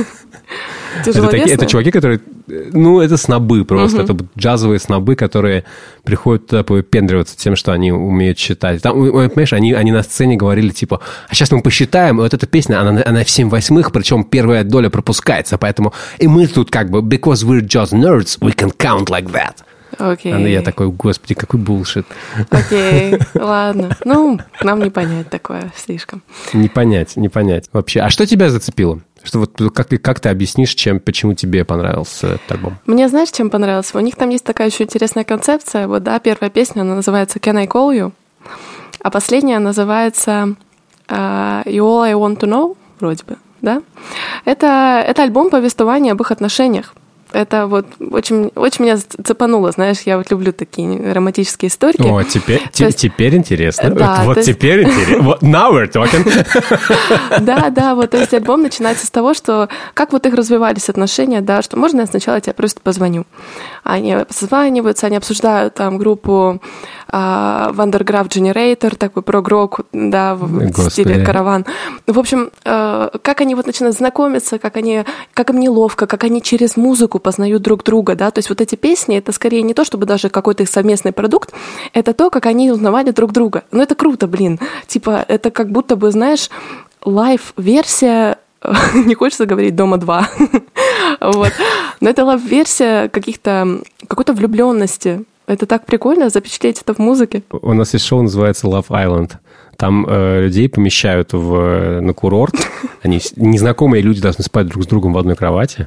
Это чуваки, которые... это снобы просто. Это джазовые снобы, которые приходят туда повыпендриваться тем, что они умеют считать. Там, понимаешь, они на сцене говорили, типа, а сейчас мы посчитаем, вот эта песня, она в 7/8, причем первая доля пропускается, поэтому... И мы тут как бы, because we're jazz nerds, we can count like that. Окей. Я такой, господи, какой булшит. Окей, ладно. Нам не понять такое слишком. Не понять. Вообще, а что тебя зацепило? Что вот как ты объяснишь, почему тебе понравился этот альбом? Мне знаешь, чем понравился? У них там есть такая еще интересная концепция. Вот, да, первая песня, она называется «Can I Call You?», а последняя называется «You All I Want to Know», вроде бы, да? Это альбом повествования об их отношениях. Это вот очень, очень меня цепануло, знаешь, я вот люблю такие романтические истории. О, теперь интересно. Да, теперь интересно. Вот, now we're talking. Да, вот, то есть альбом начинается с того, что как вот их развивались отношения, да, что можно я сначала тебе просто позвоню. Они созваниваются, они обсуждают там группу Wondergraph Generator, такой прог-рок, да, в стиле караван. В общем, как они вот начинают знакомиться, как им неловко, как они через музыку познают друг друга, да, то есть вот эти песни, это скорее не то, чтобы даже какой-то их совместный продукт, это то, как они узнавали друг друга. Ну, это круто, блин. Типа, это как будто бы, знаешь, лайв-версия, не хочется говорить «Дома 2», вот, но это лайв-версия какой-то влюбленности. Это так прикольно запечатлеть это в музыке. У нас есть шоу, называется Love Island. Там людей помещают на курорт. Они незнакомые люди должны спать друг с другом в одной кровати.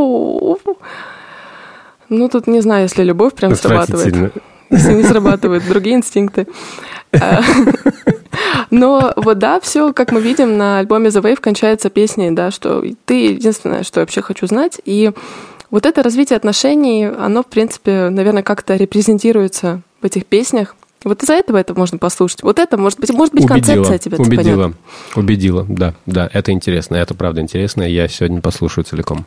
Тут не знаю, если любовь прям срабатывает. Если не срабатывают другие инстинкты. Но вот да, все, как мы видим, на альбоме The Wave кончается песней, да, что ты единственное, что я вообще хочу знать. И вот это развитие отношений, оно, в принципе, наверное, как-то репрезентируется в этих песнях. Вот из-за этого это можно послушать. Вот это, может быть, концепция тебя цепанет. Убедила, да, это интересно, это правда интересно, я сегодня послушаю целиком.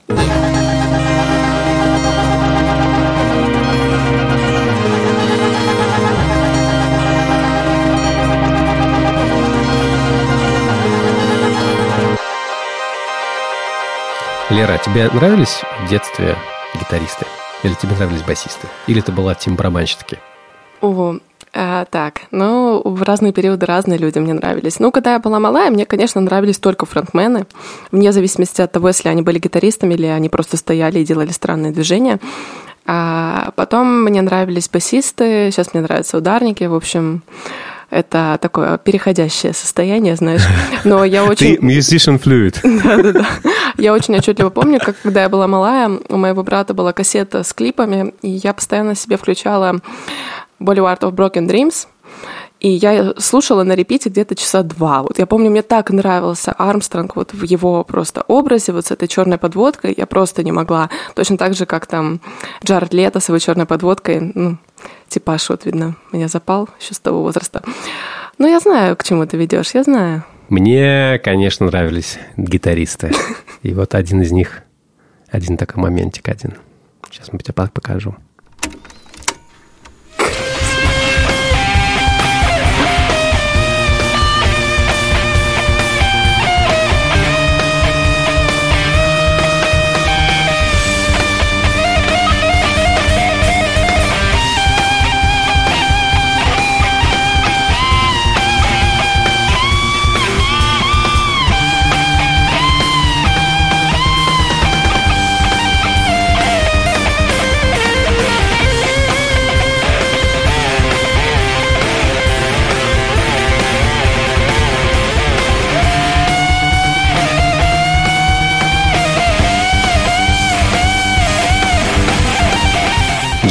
Лера, тебе нравились в детстве гитаристы? Или тебе нравились басисты? Или ты была тим-барабанщики? В разные периоды разные люди мне нравились. Когда я была малая, мне, конечно, нравились только фронтмены, вне зависимости от того, если они были гитаристами или они просто стояли и делали странные движения. А потом мне нравились басисты, сейчас мне нравятся ударники, в общем... Это такое переходящее состояние, знаешь. Но я очень... Ты musician fluid. Да. Я очень отчетливо помню, когда я была малая, у моего брата была кассета с клипами, и я постоянно себе включала Boulevard of Broken Dreams, и я слушала на репите где-то часа 2. Вот я помню, мне так нравился Армстронг вот в его просто образе, вот с этой черной подводкой. Я просто не могла. Точно так же, как там Джаред Лето с его черной подводкой. Типаж вот, видно, меня запал еще с того возраста. Но я знаю, к чему ты ведешь, я знаю. Мне, конечно, нравились гитаристы. И вот один из них, один такой моментик один. Сейчас мы тебе покажу.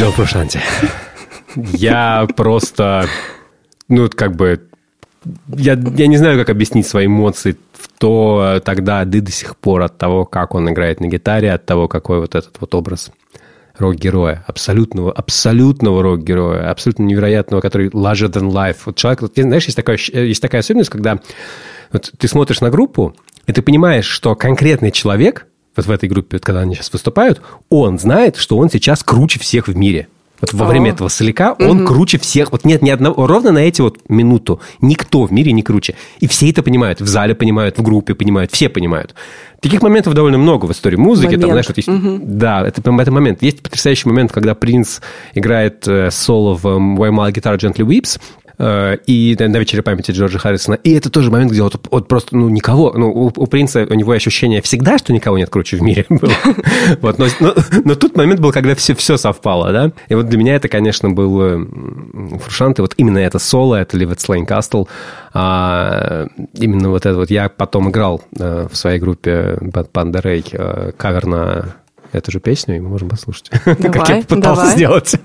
Джон Фрушанте. Я просто... Ну, как бы... Я не знаю, как объяснить свои эмоции в то тогда, да и до сих пор от того, как он играет на гитаре, от того, какой вот этот вот образ рок-героя, абсолютного рок-героя, абсолютно невероятного, который larger than life. Вот человек, вот, знаешь, есть такая особенность, когда вот ты смотришь на группу, и ты понимаешь, что конкретный человек, вот в этой группе, вот, когда они сейчас выступают, он знает, что он сейчас круче всех в мире. Вот во время этого соляка он круче всех. Вот нет ни одного, ровно на эти вот минуту никто в мире не круче. И все это понимают. В зале понимают, в группе понимают, все понимают. Таких моментов довольно много в истории музыки. Там, знаешь, вот есть, да, это момент. Есть потрясающий момент, когда Принц играет соло в «Why My Guitar Gently Weeps», и на вечере памяти Джорджа Харрисона. И это тоже момент, где вот просто никого... у Принца, у него ощущение всегда, что никого нет круче в мире было. Вот, но тут момент был, когда все совпало, да? И вот для меня это, конечно, был Фрушанте. Вот именно это соло, это Live at Slane Castle. Именно вот это вот. Я потом играл в своей группе Panda Ray кавер на эту же песню, и мы можем послушать. Как я пытался сделать.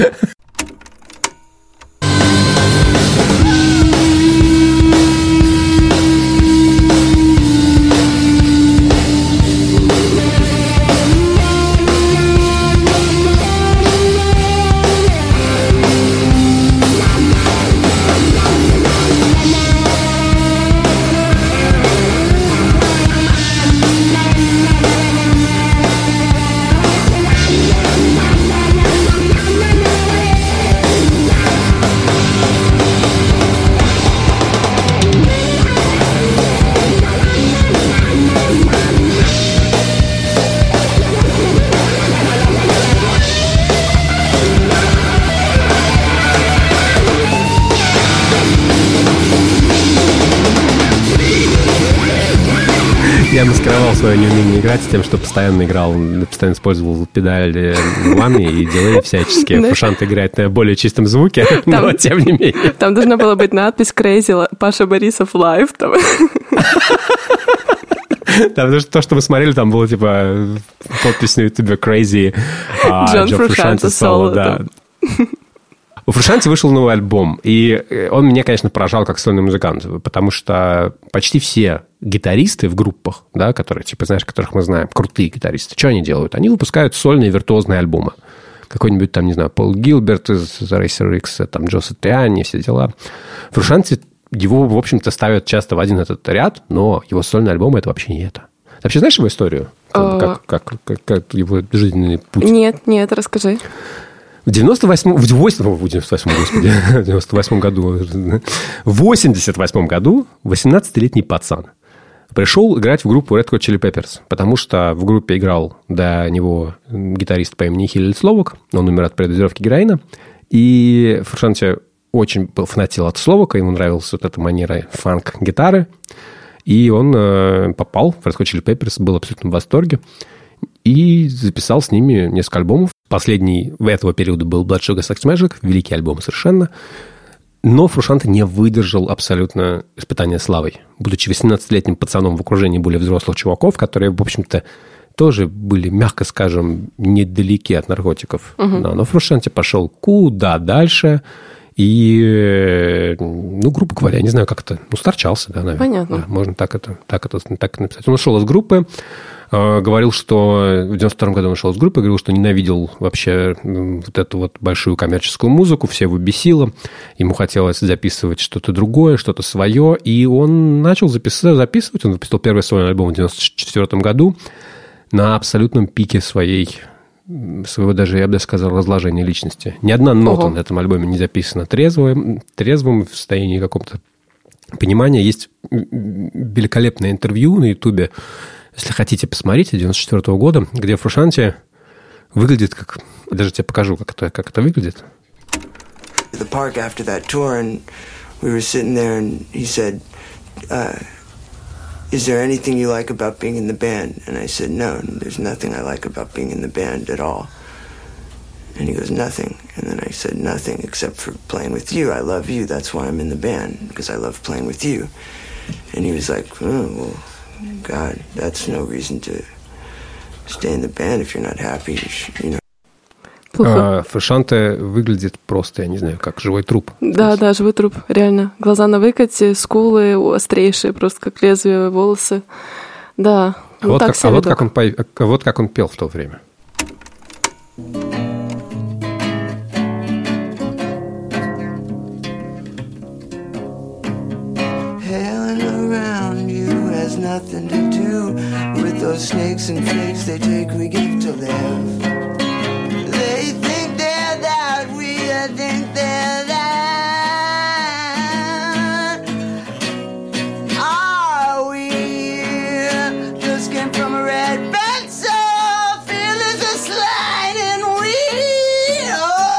Я маскировал свое неумение играть с тем, что постоянно использовал педали лами и дилей всяческие. Фрушанте играет на более чистом звуке, но тем не менее. Там должна была быть надпись «Crazy Паша Борисов Live». Там, то, что мы смотрели, там было типа подпись на ютубе «Crazy Джон Фрушанте Solo». Да. У Фрушанте вышел новый альбом, и он меня, конечно, поражал как сольный музыкант, потому что почти все гитаристы в группах, да, которые, типа, знаешь, которых мы знаем, крутые гитаристы, что они делают? Они выпускают сольные виртуозные альбомы. Какой-нибудь там, не знаю, Пол Гилберт из Racer X, там, Джо Сатриани, все дела. Фрушанте его, в общем-то, ставят часто в один этот ряд, но его сольные альбомы – это вообще не это. Ты вообще знаешь его историю? Как его жизненный путь? Нет, расскажи. В 88 году 18-летний пацан пришел играть в группу Red Hot Chili Peppers, потому что в группе играл до него гитарист по имени Хиллель Словак, он умер от передозировки героина, и Фрушанте очень фанател от Словака, ему нравилась вот эта манера фанк-гитары, и он попал в Red Hot Chili Peppers, был абсолютно в восторге, и записал с ними несколько альбомов. Последний в этого периода был Blood Sugar Sex Magic, великий альбом совершенно. Но Фрушанте не выдержал абсолютно испытания славой. Будучи 18-летним пацаном в окружении более взрослых чуваков, которые, в общем-то, тоже были, мягко скажем, недалеки от наркотиков. Да, но Фрушанте пошел куда дальше. И, грубо говоря, я не знаю, как это... старчался, да, наверное. Понятно. Да, можно так это написать. Он ушел из группы, говорил, что... В 92 году он ушел из группы, говорил, что ненавидел вообще вот эту вот большую коммерческую музыку, все его бесило. Ему хотелось записывать что-то другое, что-то свое. И он начал записывать. Он выпустил первый свой альбом в 94 году на абсолютном пике своего даже, я бы сказал, разложения личности. Ни одна нота на этом альбоме не записана трезвым, в состоянии каком-то понимания. Есть великолепное интервью на Ютубе, если хотите, посмотрите, 94 года, где Фрушанте выглядит как... Даже тебе покажу, как это выглядит. The park after that tour, and we were sitting there, and he said, "Is there anything you like about being in the band?" And I said, "No, there's nothing I like about being in the band at all." And he goes, "Nothing." And then I said, "Nothing except for playing with you. I love you. That's why I'm in the band, because I love playing with you." And he was like, "Oh, well, God, that's no reason to stay in the band if you're not happy, you know." Плохо. Фрушанте выглядит просто, я не знаю, как живой труп. Да, живой труп, реально. Глаза на выкате, скулы острейшие, просто как лезвие, волосы. Да, вот как он пел в то время. Nothing to do with those snakes and fakes they take we give to live. They think they're that, we think they're that. Are we just came from a red pencil, feel is a sliding wheel.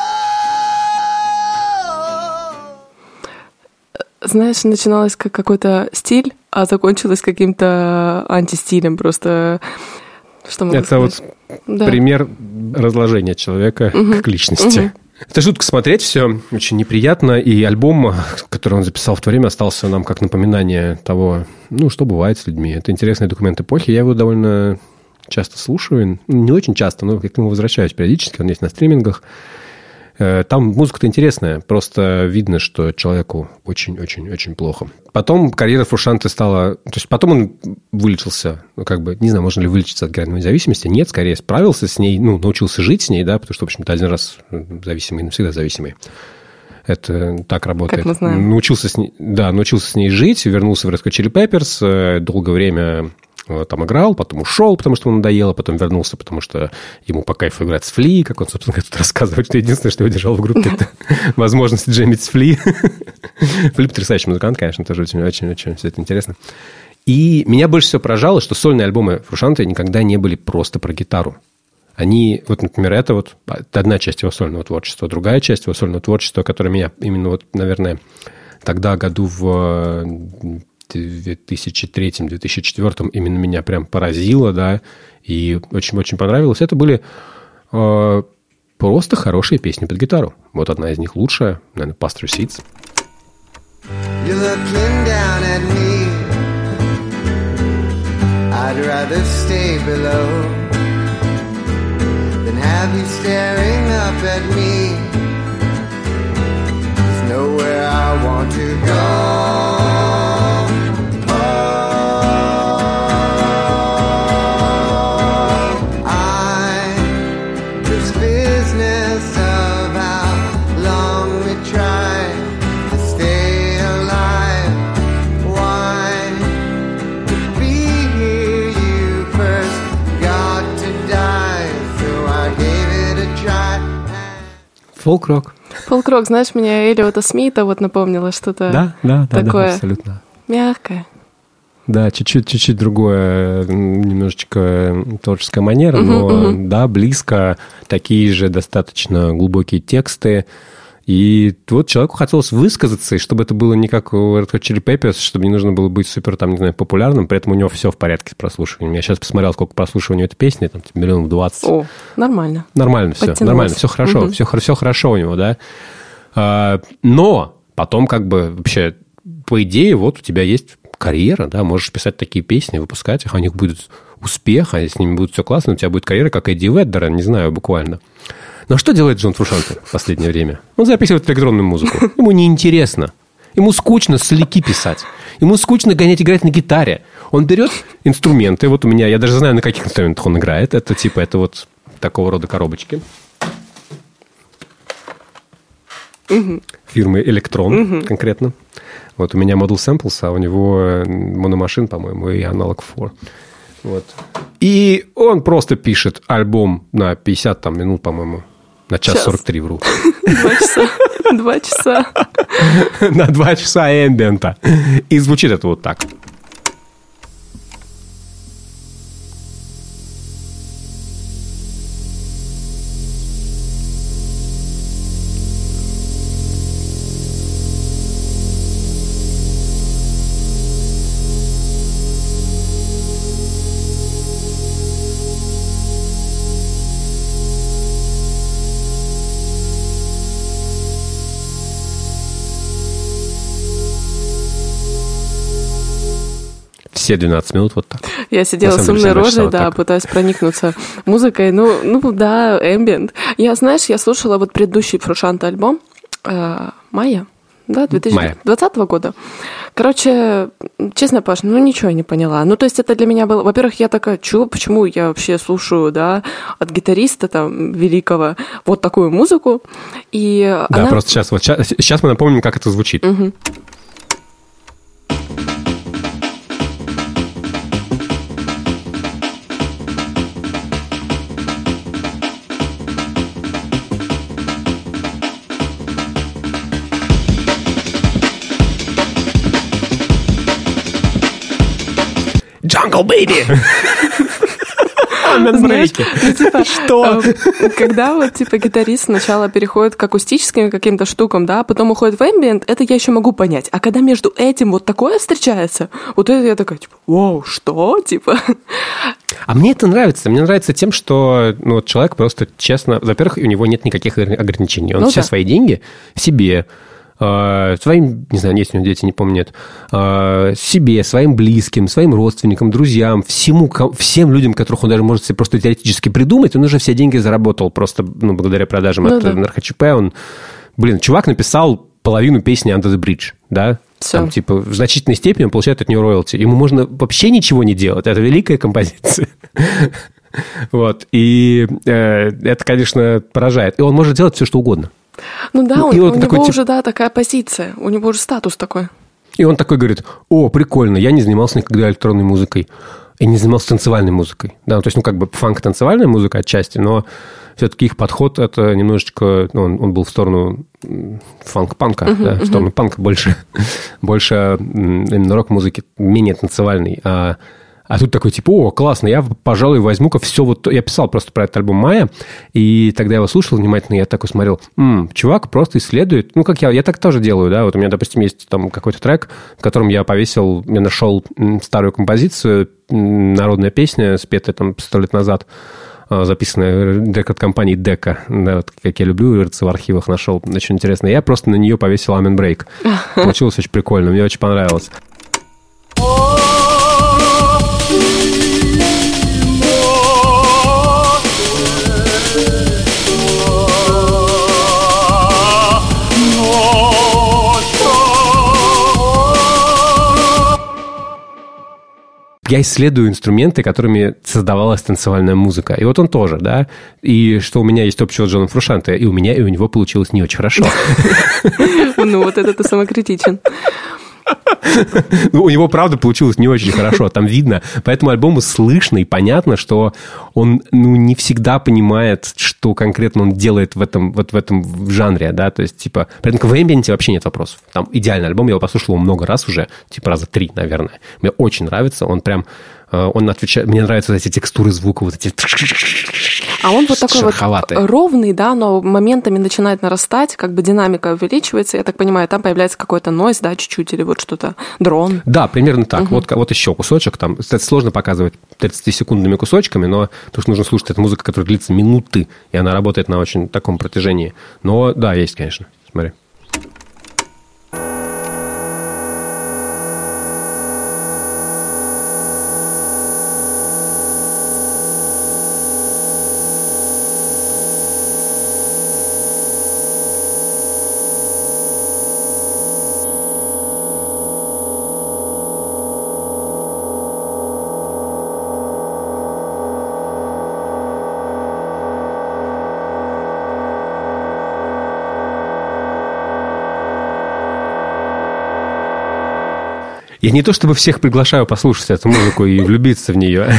Знаешь, начиналось как какой-то стиль, а закончилось каким-то антистилем просто. Что могу сказать? Вот пример разложения человека как личности. Это жутко смотреть, все очень неприятно. И альбом, который он записал в то время, остался нам как напоминание того, что бывает с людьми. Это интересный документ эпохи. Я его довольно часто слушаю. Не очень часто, но к нему возвращаюсь периодически. Он есть на стримингах. Там музыка-то интересная, просто видно, что человеку очень-очень-очень плохо. Потом карьера Фрушанте стала... То есть потом он вылечился, не знаю, можно ли вылечиться от героиновой зависимости. Нет, скорее справился с ней, научился жить с ней, да, потому что, в общем-то, один раз зависимый, навсегда зависимый. Это так работает. Как мы знаем. Научился с ней жить, вернулся в Red Hot Chili Peppers, долгое время... там играл, потом ушел, потому что ему надоело, потом вернулся, потому что ему по кайфу играть с Фли, как он, собственно, тут рассказывает, что единственное, что его держало в группе, это возможность джемить с Фли. Фли потрясающий музыкант, конечно, тоже очень-очень все это интересно. И меня больше всего поражало, что сольные альбомы Фрушанте никогда не были просто про гитару. Они, например, это одна часть его сольного творчества, другая часть его сольного творчества, которая меня именно, наверное, тогда году в 2003-2004 именно меня прям поразило, да, и очень-очень понравилось. Это были просто хорошие песни под гитару. Вот одна из них лучшая, наверное, Pasture Seeds. You're looking down at me. I'd rather stay below than have you staring up at me. There's nowhere I want to go. Фолк-рок. Фолк-рок, знаешь, мне Эллиота Смита напомнило что-то такое. Да, абсолютно. Мягкое. Да, чуть-чуть другое, немножечко творческая манера, но да, близко, такие же достаточно глубокие тексты. И вот человеку хотелось высказаться, и чтобы это было не как у Red Hot Chili Peppers, чтобы не нужно было быть супер, популярным, при этом у него все в порядке с прослушиванием. Я сейчас посмотрел, сколько прослушиваний у этой песни, 20 миллионов. О, нормально. Нормально все, нормально, все хорошо, все хорошо у него, да. Но потом вообще, по идее, у тебя есть карьера, да, можешь писать такие песни, выпускать их, у них будет успех, а с ними будет все классно, у тебя будет карьера, как Эдди Веддера, не знаю, буквально. Но что делает Джон Фрушанте в последнее время? Он записывает электронную музыку. Ему неинтересно. Ему скучно соляки писать. Ему скучно играть на гитаре. Он берет инструменты. Вот у меня, я даже знаю, на каких инструментах он играет. Это такого рода коробочки. Фирмы Electron конкретно. Вот у меня Model Samples, а у него Monomachine, по-моему, и Analog 4. Вот. И он просто пишет альбом на 50 минут, по-моему. На час 43, вру. 2 часа. На 2 часа эмбиента. И звучит это вот так. все 12 минут вот так. Я сидела с умной рожей, да, пытаясь проникнуться музыкой. Ну да, эмбиент. Я слушала вот предыдущий Фрушанте альбом «Майя». Да, 2020 года. Короче, честно, Паш, ничего я не поняла. То есть это для меня было... Во-первых, я такая, почему я вообще слушаю, да, от гитариста там великого вот такую музыку? И да, просто сейчас мы напомним, как это звучит. Угу. Jungle Baby! Знаешь, что? Когда вот гитарист сначала переходит к акустическим каким-то штукам, да, потом уходит в эмбиент, это я еще могу понять. А когда между этим вот такое встречается, вот это я такая, вау, что? А мне это нравится. Мне нравится тем, что человек просто честно... Во-первых, у него нет никаких ограничений. Он все свои деньги себе... своим, не знаю, есть у него дети, не помню, нет, себе, своим близким, своим родственникам, друзьям, всем людям, которых он даже может себе просто теоретически придумать, он уже все деньги заработал просто благодаря продажам от НРХЧП. Чувак написал половину песни Under the Bridge, да? Там, в значительной степени он получает от нее роялти. Ему можно вообще ничего не делать. Это великая композиция. Вот. И это, конечно, поражает. И он может делать все, что угодно. У него уже, такая позиция, у него уже статус такой. И он такой говорит, прикольно, я не занимался никогда электронной музыкой, и не занимался танцевальной музыкой. Да, то есть, фанк-танцевальная музыка отчасти, но все-таки их подход, это немножечко, он был в сторону фанк-панка, в сторону панка больше именно рок-музыки, менее танцевальный, А тут такой, классно, я, пожалуй, возьму-ка все вот... Я писал просто про этот альбом «Майя», и тогда я его слушал внимательно, я такой смотрел, чувак просто исследует, как я так тоже делаю, да, вот у меня, допустим, есть там какой-то трек, в котором я нашел старую композицию, народная песня, спетая там 100 лет назад, записанная рекорд-компанией Дека, да, вот, как я люблю, рыться в архивах нашел, очень интересно. Я просто на нее повесил Amen Break. Получилось очень прикольно, мне очень понравилось. Я исследую инструменты, которыми создавалась танцевальная музыка. И вот он тоже, да. И что у меня есть общего с Джоном Фрушанте, и у меня, и у него получилось не очень хорошо. Вот это ты самокритичен. У него, правда, получилось не очень хорошо, там видно. По этому альбому слышно и понятно, что он не всегда понимает, что конкретно он делает в этом жанре, да, то есть, при этом в эмбиенте вообще нет вопросов. Там идеальный альбом, я его послушал много раз уже, раза 3, наверное. Мне очень нравится, он отвечает, мне нравятся эти текстуры звука, вот эти... А он вот такой вот ровный, да, но моментами начинает нарастать, динамика увеличивается, я так понимаю, там появляется какой-то нойз, да, чуть-чуть, или вот что-то, дрон. Да, примерно так. Вот еще кусочек, там, это сложно показывать 30-секундными кусочками, но потому что нужно слушать эту музыку, которая длится минуты, и она работает на очень таком протяжении. Но да, есть, конечно, смотри. Я не то чтобы всех приглашаю послушать эту музыку и влюбиться в нее.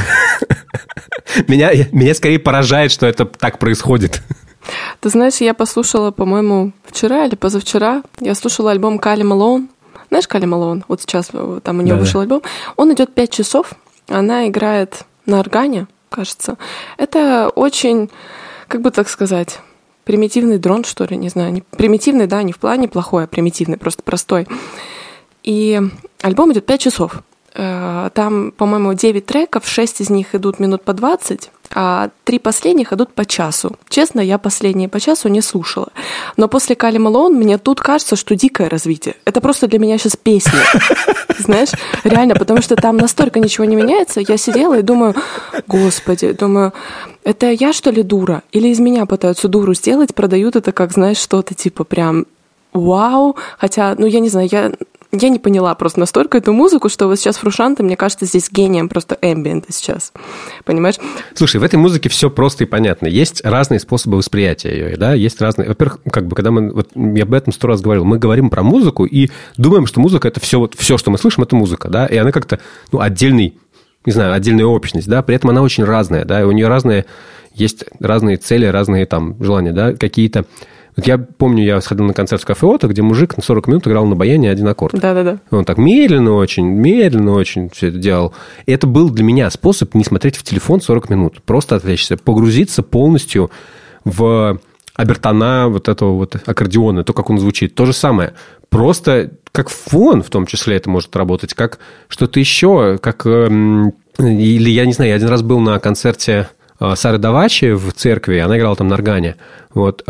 Меня скорее поражает, что это так происходит. Ты знаешь, я послушала, по-моему, вчера или позавчера, я слушала альбом Кали Малоун. Знаешь Кали Малоун? Вот сейчас там у нее вышел альбом. Он идет 5 часов, она играет на органе, кажется. Это очень, так сказать, примитивный дрон, что ли, не знаю. Примитивный, да, не в плане плохой, а примитивный, просто простой. И альбом идет 5 часов. Там, по-моему, 9 треков, 6 из них идут минут по 20, а 3 последних идут по часу. Честно, я последние по часу не слушала. Но после Кали Малоун мне тут кажется, что дикое развитие. Это просто для меня сейчас песня. Знаешь, реально, потому что там настолько ничего не меняется. Я сидела и думаю, господи, это я, что ли, дура? Или из меня пытаются дуру сделать, продают это как, знаешь, что-то типа прям вау. Хотя, я не знаю, я не поняла просто настолько эту музыку, что вот сейчас Фрушанте, мне кажется, здесь гением просто эмбиента сейчас. Понимаешь? Слушай, в этой музыке все просто и понятно. Есть разные способы восприятия ее, да? Есть разные... Во-первых, когда я об этом 100 раз говорил, мы говорим про музыку и думаем, что музыка – это все, что мы слышим, это музыка, да? И она как-то, отдельная общность, да? При этом она очень разная, да? И у нее есть разные цели, разные там желания, да? Какие-то... Вот я помню, я сходил на концерт в кафе Отто, где мужик на 40 минут играл на баяне один аккорд. Да-да-да. Он так медленно очень все это делал. И это был для меня способ не смотреть в телефон 40 минут. Просто отвлечься, погрузиться полностью в обертона вот этого вот аккордеона, то, как он звучит. То же самое. Просто как фон в том числе это может работать, как что-то еще, как... Или, я не знаю, я один раз был на концерте Сары Давачи в церкви, она играла там на органе. Вот.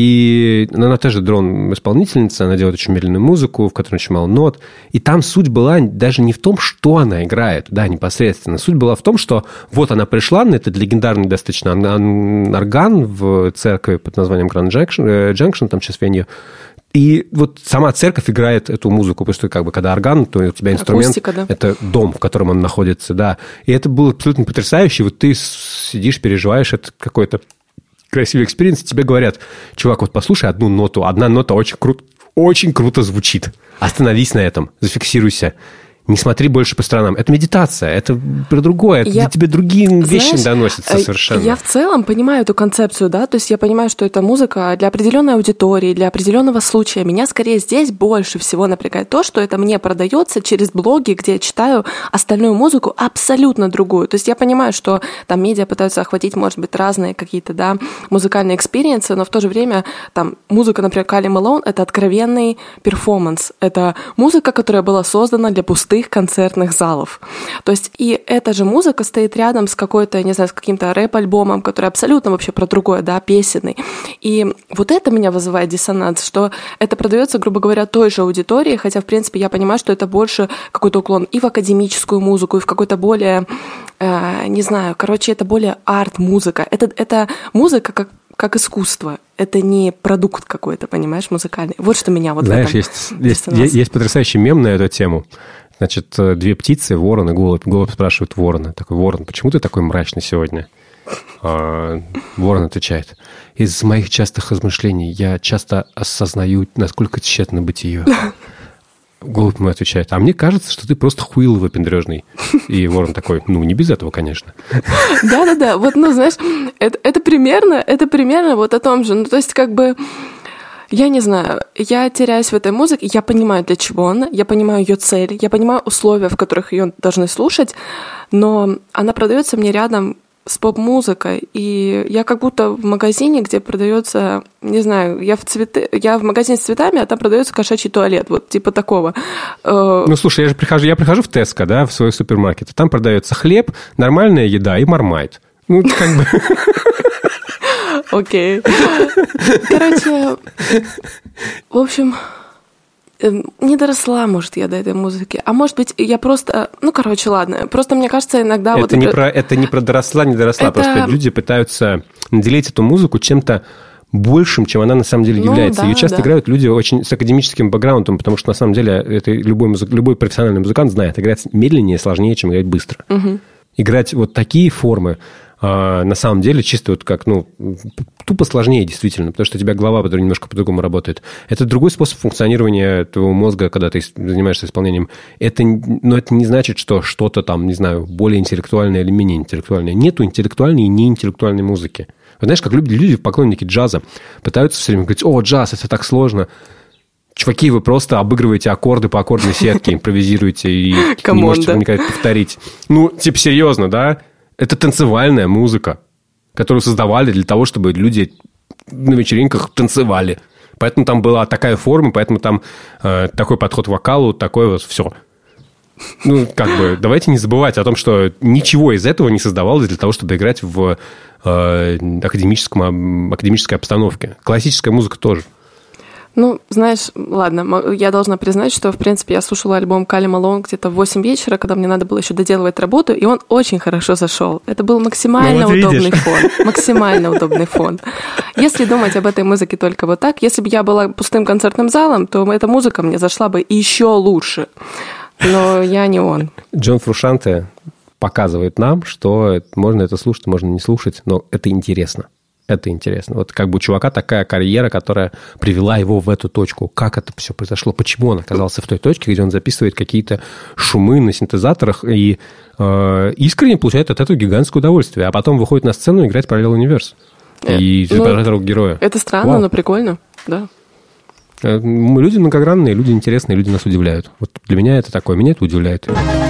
И она тоже дрон-исполнительница, она делает очень медленную музыку, в которой очень мало нот. И там суть была даже не в том, что она играет, да, непосредственно. Суть была в том, что вот она пришла на этот легендарный достаточно орган в церкви под названием Grand Junction, там сейчас венью. И вот сама церковь играет эту музыку, потому что когда орган, то у тебя инструмент, акустика, да. Это дом, в котором он находится, да. И это было абсолютно потрясающе. Вот ты сидишь, переживаешь, это какой-то красивый экспириенс, тебе говорят, чувак, вот послушай одну ноту, одна нота очень круто звучит. Остановись на этом, зафиксируйся. Не смотри больше по сторонам. Это медитация, это про другое. Это тебе другие вещи доносятся совершенно. Я в целом понимаю эту концепцию, да, то есть я понимаю, что это музыка для определенной аудитории, для определенного случая. Меня скорее здесь больше всего напрягает то, что это мне продается через блоги, где я читаю остальную музыку абсолютно другую. То есть я понимаю, что там медиа пытаются охватить, может быть, разные какие-то, да, музыкальные экспириенсы, но в то же время там музыка, например, Кали Малоун — это откровенный перформанс. Это музыка, которая была создана для пустых концертных залов. То есть и эта же музыка стоит рядом с какой-то, не знаю, с каким-то рэп-альбомом, который абсолютно вообще про другое, да, песенный. И вот это меня вызывает диссонанс, что это продается, грубо говоря, той же аудитории, хотя, в принципе, я понимаю, что это больше какой-то уклон и в академическую музыку, и в какой-то более, не знаю, короче, это более арт-музыка. Это музыка как искусство. Это не продукт какой-то, понимаешь, музыкальный. Вот что меня вот знаешь, есть потрясающий мем на эту тему. Значит, две птицы, ворон и голубь. Голубь спрашивает ворона. Такой: ворон, почему ты такой мрачный сегодня? Ворон отвечает: из моих частых размышлений я часто осознаю, насколько тщетно бытие. Голубь ему отвечает: а мне кажется, что ты просто хуило выпендрежный. И ворон такой: не без этого, конечно. Да-да-да, вот, знаешь, это примерно вот о том же. То есть, я не знаю, я теряюсь в этой музыке, я понимаю, для чего она, я понимаю ее цель, я понимаю условия, в которых ее должны слушать, но она продается мне рядом с поп-музыкой, и я как будто в магазине, где продается, не знаю, я в магазине с цветами, а там продается кошачий туалет, вот типа такого. Слушай, я прихожу в Теско, да, в свой супермаркет, и там продается хлеб, нормальная еда и Мармайт. Окей. Короче, в общем, не доросла, может, я до этой музыки. А может быть, я просто... ладно. Просто мне кажется, иногда... Это не про доросла, не доросла. Просто люди пытаются наделить эту музыку чем-то большим, чем она на самом деле является. Ее часто играют люди очень с академическим бэкграундом, потому что на самом деле это любой профессиональный музыкант знает. Играть медленнее, сложнее, чем играть быстро. Угу. Играть вот такие формы на самом деле чисто вот как, тупо сложнее действительно, потому что у тебя голова немножко по-другому работает. Это другой способ функционирования твоего мозга, когда ты занимаешься исполнением. Это не значит, что что-то там, не знаю, более интеллектуальное или менее интеллектуальное. Нету интеллектуальной и неинтеллектуальной музыки. Вот знаешь, как люди, поклонники джаза, пытаются все время говорить: о, джаз, это так сложно. Чуваки, вы просто обыгрываете аккорды по аккордной сетке, импровизируете и не можете никогда повторить. Серьезно, да? Это танцевальная музыка, которую создавали для того, чтобы люди на вечеринках танцевали. Поэтому там была такая форма, поэтому там такой подход к вокалу, такое вот все. Ну, как бы, давайте не забывать о том, что ничего из этого не создавалось для того, чтобы играть в академической обстановке. Классическая музыка тоже. Ну, знаешь, ладно, я должна признать, что, в принципе, я слушала альбом Кали Малон где-то в 8 вечера, когда мне надо было еще доделывать работу, и он очень хорошо зашел. Это был максимально удобный фон. Максимально удобный фон. Если думать об этой музыке только вот так, если бы я была пустым концертным залом, то эта музыка мне зашла бы еще лучше. Но я не он. Джон Фрушанте показывает нам, что можно это слушать, можно не слушать, но это интересно. Это интересно. Вот как бы у чувака такая карьера, которая привела его в эту точку. Как это все произошло? Почему он оказался в той точке, где он записывает какие-то шумы на синтезаторах и искренне получает от этого гигантское удовольствие, а потом выходит на сцену играть Parallel Universe и изображать роль героя. Это странно, но прикольно, да. Люди многогранные, люди интересные, люди нас удивляют. Вот для меня это такое, меня это удивляет.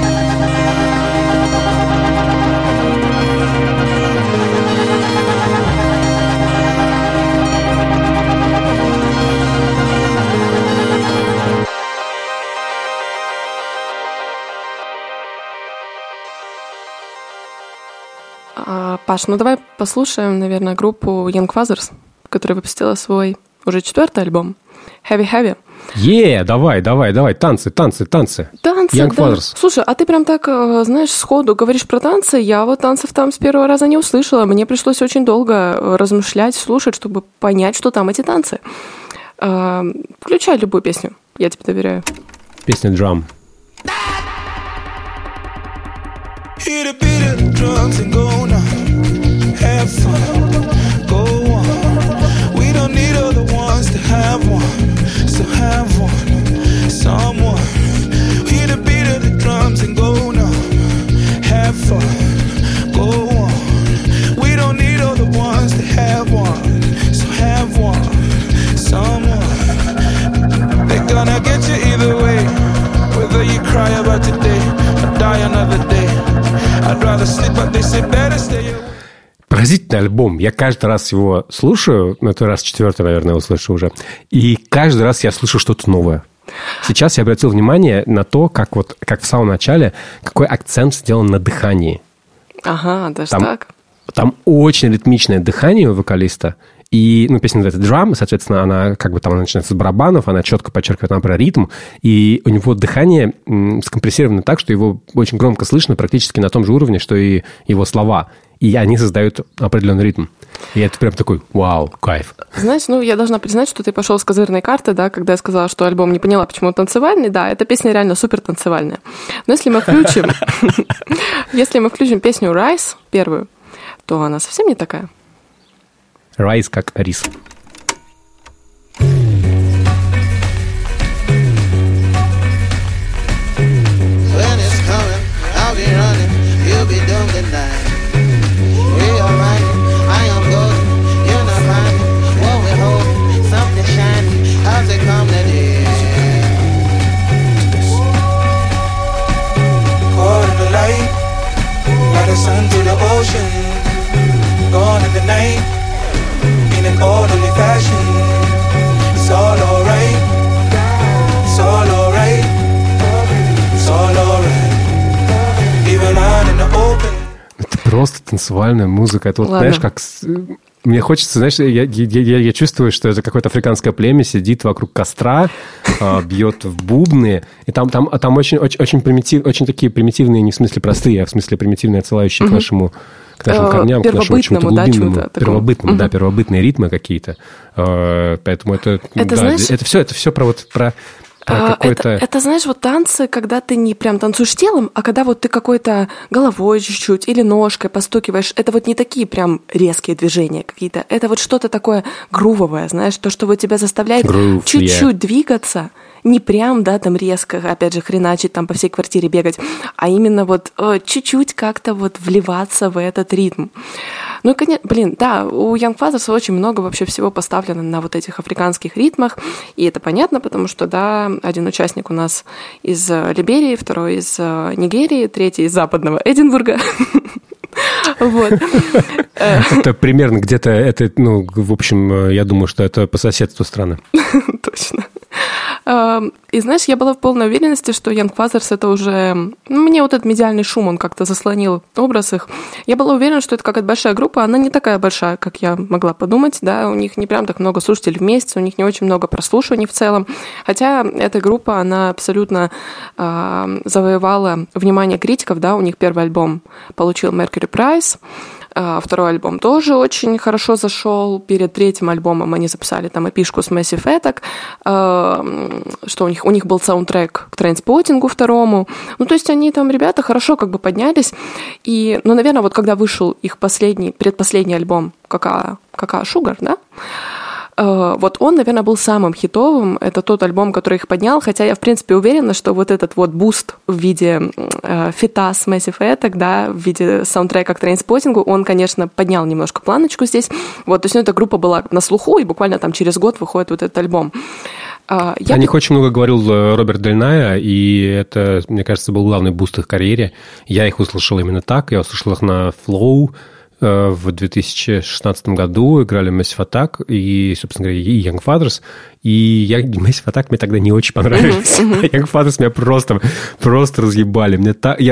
Паш, ну давай послушаем, наверное, группу Young Fathers, которая выпустила свой уже 4-й альбом Heavy Heavy. Давай, танцы. Танцы, Young да. Fathers. Слушай, а ты прям так, знаешь, сходу говоришь про танцы, я вот танцев там с первого раза не услышала, мне пришлось очень долго размышлять, слушать, чтобы понять, что там эти танцы. Включай любую песню, я тебе доверяю. Песня «Drum». Hear the beat of the drums and go now. Have fun, go on. We don't need other ones to have one, so have one, someone. Hear the beat of the drums and go now. Have fun, go on. We don't need other ones to have one, so have one, someone. They're gonna get you either way, whether you cry about today or die another day. Поразительный альбом. Я каждый раз его слушаю, это раз 4-й, наверное, его слышу уже, и каждый раз я слышу что-то новое. Сейчас я обратил внимание на то, как в самом начале, какой акцент сделан на дыхании. Ага, даже так? Там очень ритмичное дыхание у вокалиста. И, песня называется «Drum», соответственно, она она начинается с барабанов, она четко подчеркивает нам про ритм, и у него дыхание скомпрессировано так, что его очень громко слышно, практически на том же уровне, что и его слова. И они создают определенный ритм. И это прям такой вау, кайф. Знаешь, я должна признать, что ты пошел с козырной карты, да, когда я сказала, что альбом не поняла, почему он танцевальный. Да, эта песня реально супер танцевальная. Но если мы включим песню «Rise», первую, то она совсем не такая. Райс как рис. Gone in the night, in an orderly fashion. It's all alright, it's all alright, it's all alright. Even out in the open. Это просто танцевальная музыка. Это вот, знаешь, как... Мне хочется, знаешь, я чувствую, что это какое-то африканское племя сидит вокруг костра, бьет в бубны, и там очень такие примитивные, не в смысле простые, а в смысле примитивные, отсылающие к нашим корням, к нашему чему-то глубинному, первобытные ритмы какие-то. Поэтому это все про какой-то... Это, знаешь, вот танцы, когда ты не прям танцуешь телом, а когда вот ты какой-то головой чуть-чуть или ножкой постукиваешь, это вот не такие прям резкие движения какие-то, это вот что-то такое грувовое, знаешь, то, что вот тебя заставляет чуть-чуть двигаться, не прям, да, там резко, опять же, хреначить, там по всей квартире бегать, а именно вот чуть-чуть как-то вот вливаться в этот ритм. Ну, конечно, да, у Young Fathers очень много вообще всего поставлено на вот этих африканских ритмах, и это понятно, потому что, да, один участник у нас из Либерии, второй из Нигерии, третий из западного Эдинбурга. Вот. Это примерно где-то, в общем, я думаю, что это по соседству страны. Точно. И знаешь, я была в полной уверенности, что Young Fathers это уже... мне вот этот медиальный шум, он как-то заслонил образ их. Я была уверена, что это какая-то большая группа, она не такая большая, как я могла подумать, да, у них не прям так много слушателей в месяц, у них не очень много прослушиваний в целом, хотя эта группа, она абсолютно завоевала внимание критиков, да, у них первый альбом получил Mercury Prize, второй альбом тоже очень хорошо зашел. Перед третьим альбомом они записали там эпишку с Massive Attack, что у них был саундтрек к Trainspotting второму. Ну, то есть они там, ребята, хорошо как бы поднялись. И, ну, наверное, вот когда вышел их предпоследний альбом «Кака Sugar», да, вот он, наверное, был самым хитовым. Это тот альбом, который их поднял, хотя я, в принципе, уверена, что вот этот вот буст в виде фита с Massive Attack, да, в виде саундтрека к Trainspotting, он, конечно, поднял немножко планочку здесь. Вот, то есть эта группа была на слуху, и буквально там через год выходит вот этот альбом. О них очень много говорил Роберт Дель Найо, и это, мне кажется, был главный буст их карьере. Я их услышал именно так, я услышал их на Flow, в 2016 году играли Massive Attack и, собственно говоря, и Young Fathers. И Massive Attack мне тогда не очень понравились. Young Fathers меня просто разъебали.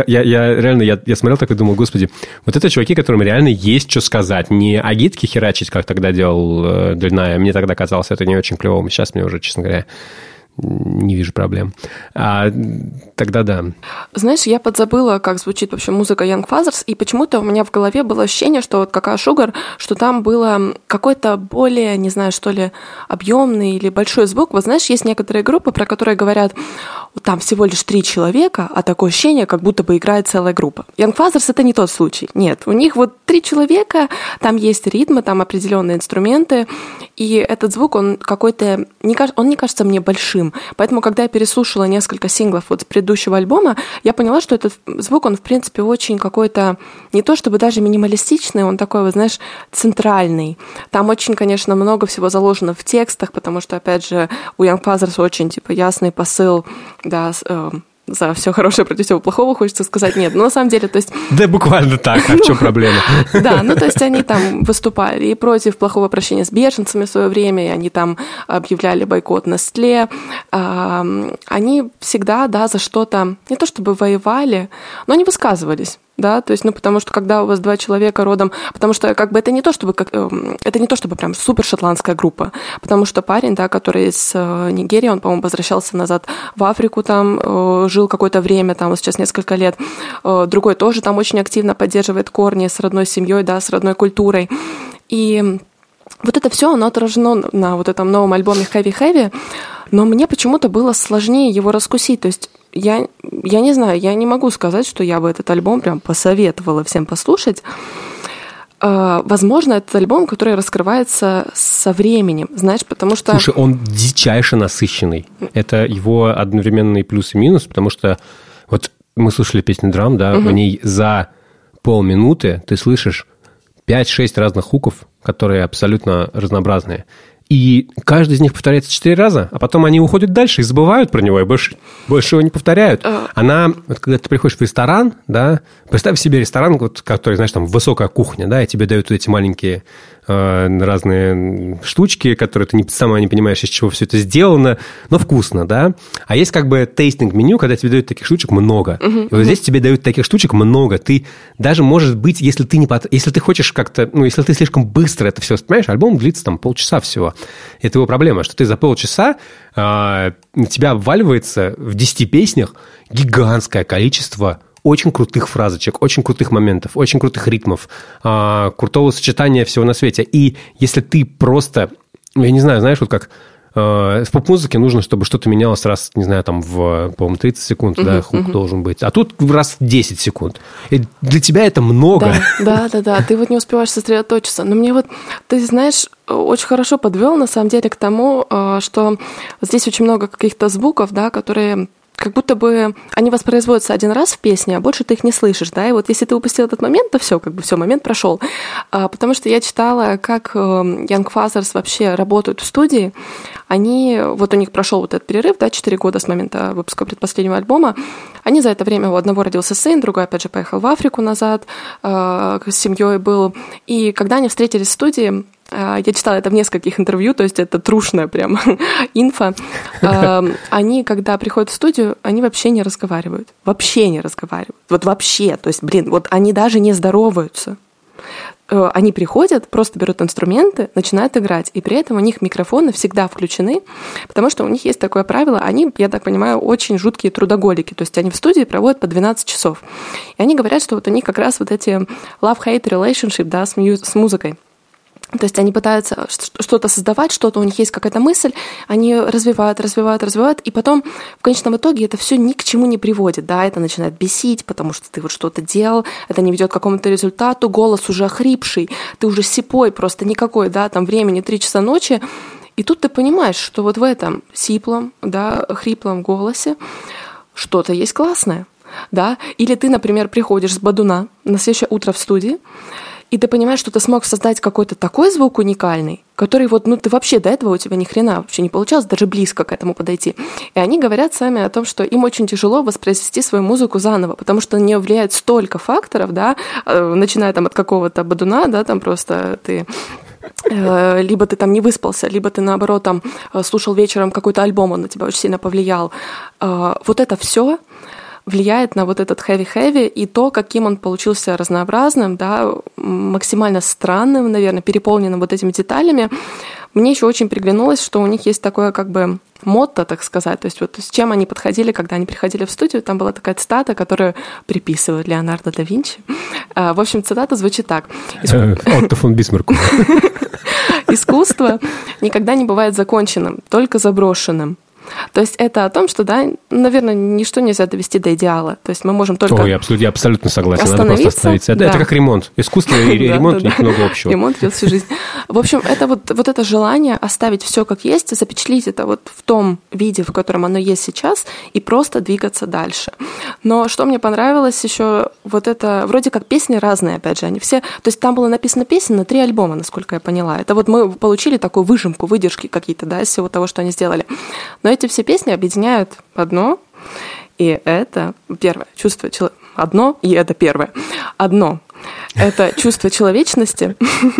Я смотрел так и думал, господи, вот это чуваки, которым реально есть что сказать. Не агитки херачить, как тогда делал Дель Найо. Мне тогда казалось это не очень клевым. Сейчас мне уже, честно говоря, не вижу проблем. А тогда да. Знаешь, я подзабыла, как звучит вообще музыка Young Fathers, и почему-то у меня в голове было ощущение, что вот Кака Sugar, что там было какой-то более, не знаю, что ли, объемный или большой звук. Вот знаешь, есть некоторые группы, про которые говорят, там всего лишь 3 человека, а такое ощущение, как будто бы играет целая группа. Young Fathers — это не тот случай. Нет, у них вот 3 человека, там есть ритмы, там определенные инструменты, и этот звук, он какой-то, он не кажется мне большим. Поэтому, когда я переслушала несколько синглов вот с предыдущего альбома, я поняла, что этот звук, он, в принципе, очень какой-то, не то чтобы даже минималистичный, он такой, вот, знаешь, центральный. Там очень, конечно, много всего заложено в текстах, потому что, опять же, у Young Fathers очень, типа, ясный посыл, да, за все хорошее против всего плохого, хочется сказать нет. Но на самом деле, то есть... Да буквально так, а в чем проблема? Да, ну то есть они там выступали и против плохого обращения с беженцами в свое время, и они там объявляли бойкот Nestlé. Они всегда, да, за что-то, не то чтобы воевали, но они высказывались. Да, то есть, ну, потому что когда у вас 2 человека родом, потому что как бы это не то чтобы прям супер шотландская группа, потому что парень, да, который из Нигерии, он, по-моему, возвращался назад в Африку, там жил какое-то время, там сейчас несколько лет, другой тоже там очень активно поддерживает корни с родной семьей, да, с родной культурой, и вот это все, оно отражено на вот этом новом альбоме Heavy Heavy, но мне почему-то было сложнее его раскусить, то есть я не знаю, я не могу сказать, что я бы этот альбом прям посоветовала всем послушать. Возможно, это альбом, который раскрывается со временем, знаешь, потому что... Слушай, он дичайше насыщенный. Это его одновременный плюс и минус, потому что вот мы слушали песню «Драм», да, в ней за полминуты ты слышишь 5-6 разных хуков, которые абсолютно разнообразные. И каждый из них повторяется 4 раза, а потом они уходят дальше и забывают про него, и больше его не повторяют. Вот когда ты приходишь в ресторан, да, представь себе ресторан, вот, который, знаешь, там высокая кухня, да, и тебе дают вот эти маленькие разные штучки, которые ты сама не понимаешь, из чего все это сделано, но вкусно, да. А есть как бы тейстинг-меню, когда тебе дают таких штучек много. И вот здесь тебе дают таких штучек много. Ты даже, может быть, если ты хочешь как-то, ну, если ты слишком быстро это все, понимаешь, альбом длится там полчаса всего. Это его проблема, что ты за полчаса на тебя обваливается в 10 песнях гигантское количество очень крутых фразочек, очень крутых моментов, очень крутых ритмов, крутого сочетания всего на свете. И если ты просто, я не знаю, знаешь, вот как в поп-музыке нужно, чтобы что-то менялось раз, не знаю, там в, по-моему, 30 секунд, да, хук должен быть. А тут раз в 10 секунд. И для тебя это много. Да, ты вот не успеваешь сосредоточиться. Но мне вот, ты знаешь, очень хорошо подвел, на самом деле, к тому, что здесь очень много каких-то звуков, да, которые... как будто бы они воспроизводятся один раз в песне, а больше ты их не слышишь, да, и вот если ты упустил этот момент, то все, как бы все, момент прошел. Потому что я читала, как Young Fathers вообще работают в студии. Вот у них прошел вот этот перерыв, да, 4 года с момента выпуска предпоследнего альбома. Они за это время, у одного родился сын, другой, опять же, поехал в Африку назад, с семьей был. И когда они встретились в студии, я читала это в нескольких интервью, то есть это трушная прям инфа. Они, когда приходят в студию, они вообще не разговаривают. Вообще не разговаривают. Вот вообще. То есть, вот они даже не здороваются. Они приходят, просто берут инструменты, начинают играть, и при этом у них микрофоны всегда включены, потому что у них есть такое правило, они, я так понимаю, очень жуткие трудоголики, то есть они в студии проводят по 12 часов. И они говорят, что вот у них как раз вот эти love-hate relationship, да, с музыкой. То есть они пытаются что-то создавать, что-то у них есть какая-то мысль, они развивают, и потом в конечном итоге это все ни к чему не приводит, да, это начинает бесить, потому что ты вот что-то делал, это не ведет к какому-то результату, голос уже охрипший, ты уже сипой, просто никакой, да, там времени 3 часа ночи, и тут ты понимаешь, что вот в этом сиплом, да, хриплом голосе что-то есть классное, да, или ты, например, приходишь с бадуна на следующее утро в студии, и ты понимаешь, что ты смог создать какой-то такой звук уникальный, который вот, ты вообще до этого у тебя ни хрена вообще не получалось даже близко к этому подойти. И они говорят сами о том, что им очень тяжело воспроизвести свою музыку заново, потому что на нее влияет столько факторов, да, начиная там от какого-то бадуна, да, там просто ты... Либо ты там не выспался, либо ты, наоборот, там слушал вечером какой-то альбом, он на тебя очень сильно повлиял. Вот это все влияет на вот этот heavy-heavy, и то, каким он получился разнообразным, да, максимально странным, наверное, переполненным вот этими деталями. Мне еще очень приглянулось, что у них есть такое как бы мотто, так сказать, то есть вот с чем они подходили, когда они приходили в студию, там была такая цитата, которую приписывают Леонардо да Винчи. В общем, цитата звучит так. Отто фон Бисмарку. Искусство никогда не бывает законченным, только заброшенным. То есть это о том, что, да, наверное, ничто нельзя довести до идеала. То есть мы можем только я абсолютно согласен. Надо просто остановиться. Да. Это как ремонт. Искусство и ремонт, у них много общего. Ремонт идет всю жизнь. В общем, это вот это желание оставить все как есть, запечатлить это вот в том виде, в котором оно есть сейчас, и просто двигаться дальше. Но что мне понравилось еще, вот это, вроде как песни разные, опять же, они все, то есть там было написано песни на 3 альбома, насколько я поняла. Это вот мы получили такую выжимку, выдержки какие-то, да, из всего того, что они сделали. Но эти все песни объединяют одно, и это первое чувство одно, и это первое. Одно — это чувство человечности,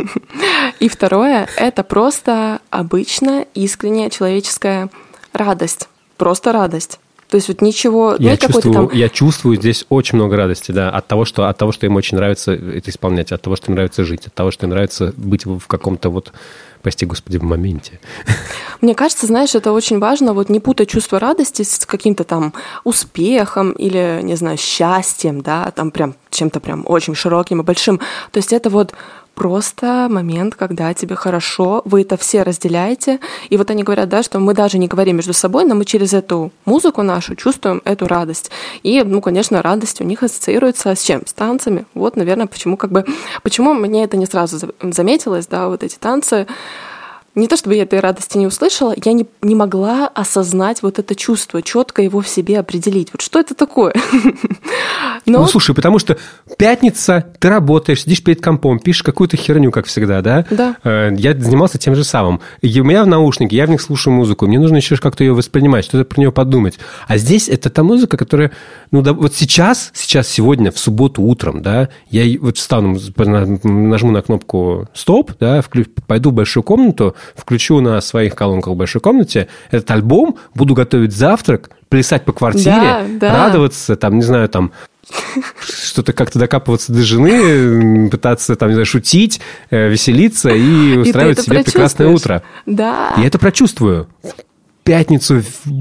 и второе — это просто обычная, искренняя человеческая радость, просто радость. То есть вот ничего... Я чувствую здесь очень много радости, да, от того, что им очень нравится это исполнять, от того, что им нравится жить, от того, что им нравится быть в каком-то вот, прости господи, в моменте. Мне кажется, знаешь, это очень важно, вот не путать чувство радости с каким-то там успехом или, не знаю, счастьем, да, там прям чем-то прям очень широким и большим. То есть это вот просто момент, когда тебе хорошо, вы это все разделяете. И вот они говорят, да, что мы даже не говорим между собой, но мы через эту музыку нашу чувствуем эту радость. И, конечно, радость у них ассоциируется с чем? С танцами. Вот, наверное, почему мне это не сразу заметилось, да, вот эти танцы. Не то чтобы я этой радости не услышала, я не могла осознать вот это чувство, четко его в себе определить. Вот что это такое? Слушай, потому что пятница, ты работаешь, сидишь перед компом, пишешь какую-то херню, как всегда, да? Да. Я занимался тем же самым. И у меня в наушнике, я в них слушаю музыку, мне нужно еще как-то ее воспринимать, что-то про нее подумать. А здесь это та музыка, которая... вот сейчас, сегодня, в субботу утром, да, я вот встану, нажму на кнопку «Стоп», да, пойду в большую комнату, включу на своих колонках в большой комнате этот альбом, буду готовить завтрак, плясать по квартире, радоваться, там, не знаю, там, что-то как-то докапываться до жены, пытаться, там, не знаю, шутить, веселиться и устраивать себе прекрасное утро. Да. Я это прочувствую. Пятницу,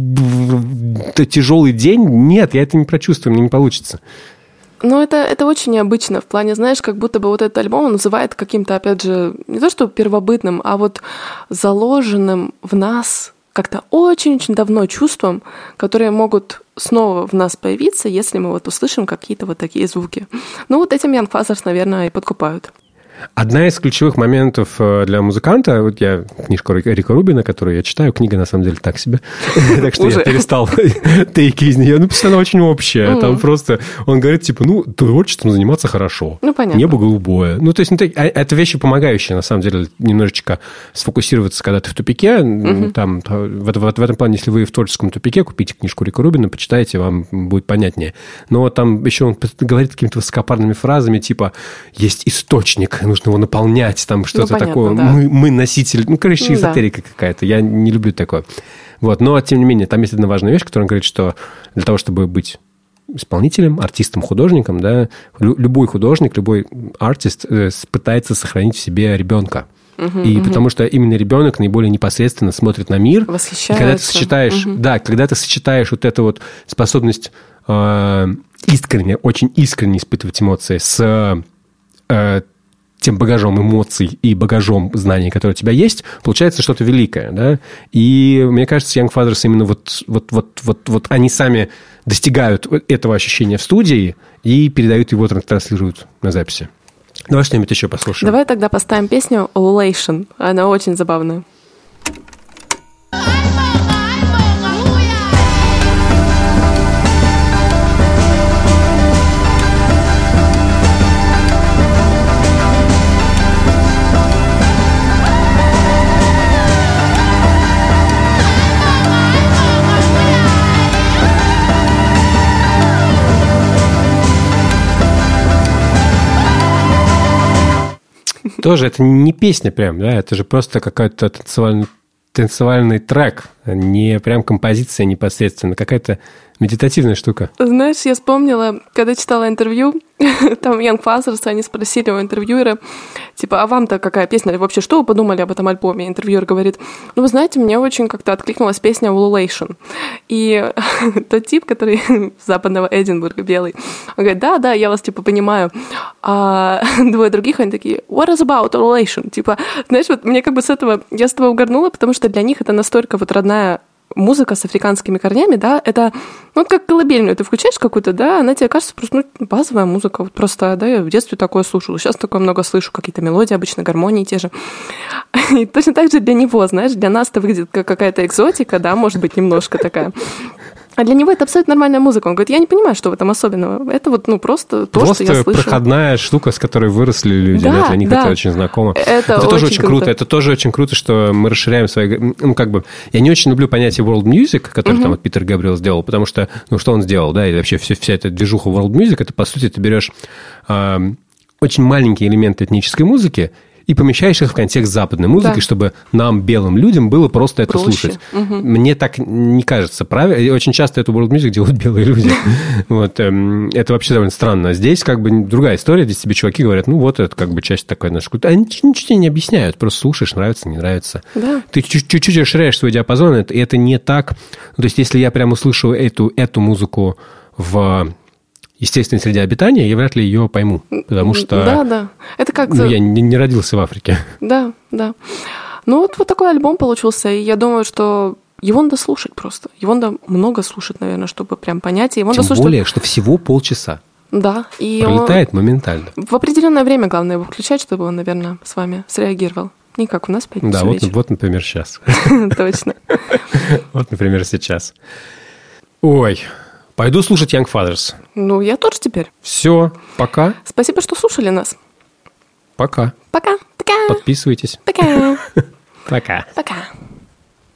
тяжелый день, нет, я это не прочувствую, мне не получится. Ну, это очень необычно. В плане, знаешь, как будто бы вот этот альбом он называет каким-то, опять же, не то что первобытным, а вот заложенным в нас как-то очень-очень давно чувством, которые могут снова в нас появиться, если мы вот услышим какие-то вот такие звуки. Ну, вот этим Young Fathers, наверное, и подкупают. Одна из ключевых моментов для музыканта, вот я книжку Рика Рубина, которую я читаю, книга на самом деле так себе, так что я перестал тейки из нее, потому что она очень общая, там просто, он говорит, типа, творчеством заниматься хорошо, небо голубое, то есть это вещи помогающие, на самом деле, немножечко сфокусироваться, когда ты в тупике, там, в этом плане, если вы в творческом тупике, купите книжку Рика Рубина, почитайте, вам будет понятнее, но там еще он говорит какими-то высокопарными фразами, типа, есть источник нужно его наполнять, там что-то понятно, такое. да. Мы носитель, короче, эзотерика какая-то. Я не люблю такое. Вот, но, тем не менее, там есть одна важная вещь, которая говорит, что для того, чтобы быть исполнителем, артистом, художником, да, любой художник, любой артист пытается сохранить в себе ребенка. И потому что именно ребенок наиболее непосредственно смотрит на мир. Восхищается. И когда ты сочетаешь, когда ты сочетаешь вот эту вот способность искренне, очень искренне испытывать эмоции с тем багажом эмоций и багажом знаний, которые у тебя есть, получается что-то великое, да? И мне кажется, Young Fathers именно вот они сами достигают этого ощущения в студии и передают его, транслируют на записи. Давай что-нибудь еще послушаем. Давай тогда поставим песню «Ululation». Она очень забавная. Тоже это не песня прям, да, это же просто какой-то танцевальный трек, не прям композиция непосредственно, какая-то медитативная штука. Знаешь, я вспомнила, когда читала интервью, там Young Fathers, они спросили у интервьюера, типа, а вам-то какая песня? Вообще, что вы подумали об этом альбоме? Интервьюер говорит, ну, вы знаете, мне очень как-то откликнулась песня «Ululation». И тот тип, который с западного Эдинбурга, белый, он говорит, да, я вас, типа, понимаю. А двое других, они такие, what is about Ululation? Типа, знаешь, вот мне как бы я с этого угорнула, потому что для них это настолько вот родная музыка с африканскими корнями, да, это, ну, как колыбельную ты включаешь какую-то, да, она тебе кажется просто, ну, базовая музыка, вот просто, да, я в детстве такое слушала, сейчас такое много слышу, какие-то мелодии, обычно гармонии те же. И точно так же для него, знаешь, для нас это выглядит как какая-то экзотика, да, может быть, немножко такая. А для него это абсолютно нормальная музыка. Он говорит, я не понимаю, что в этом особенного. Это вот, ну, просто то, что я слышу. Просто проходная штука, с которой выросли люди. Да, для них это очень знакомо. Это тоже очень круто. Это тоже очень круто, что мы расширяем свои... Ну, как бы... Я не очень люблю понятие world music, который там вот Питер Гэбриэл сделал, потому что, ну, что он сделал, да, и вообще вся эта движуха world music, это, по сути, ты берешь очень маленькие элементы этнической музыки и помещаешь их в контекст западной музыки, чтобы нам, белым людям, было просто это слушать. Мне так не кажется правильно. И очень часто эту world music делают белые люди. Вот. Это вообще довольно странно. Здесь как бы другая история. Здесь тебе чуваки говорят, ну вот, это как бы часть такой нашей культуры. Они ничего тебе не объясняют. Просто слушаешь, нравится, не нравится. Да. Ты чуть-чуть расширяешь свой диапазон. И это не так. То есть, если я прямо услышу эту музыку в естественной среде обитания, я вряд ли ее пойму, потому что... Да. Это как... Ну, я не родился в Африке. Да. Ну, вот такой альбом получился, и я думаю, что его надо слушать просто. Его надо много слушать, наверное, чтобы прям понять. Его Тем более, что всего полчаса. Да. И пролетает моментально. В определенное время, главное, его включать, чтобы он, наверное, с вами среагировал. Не как у нас в пятницу вечером. Вот, например, сейчас. Точно. Вот, например, сейчас. Ой... Пойду слушать Young Fathers. Ну, я тоже теперь. Все, пока. Спасибо, что слушали нас. Пока. Пока. Подписывайтесь. Пока. Пока. Пока.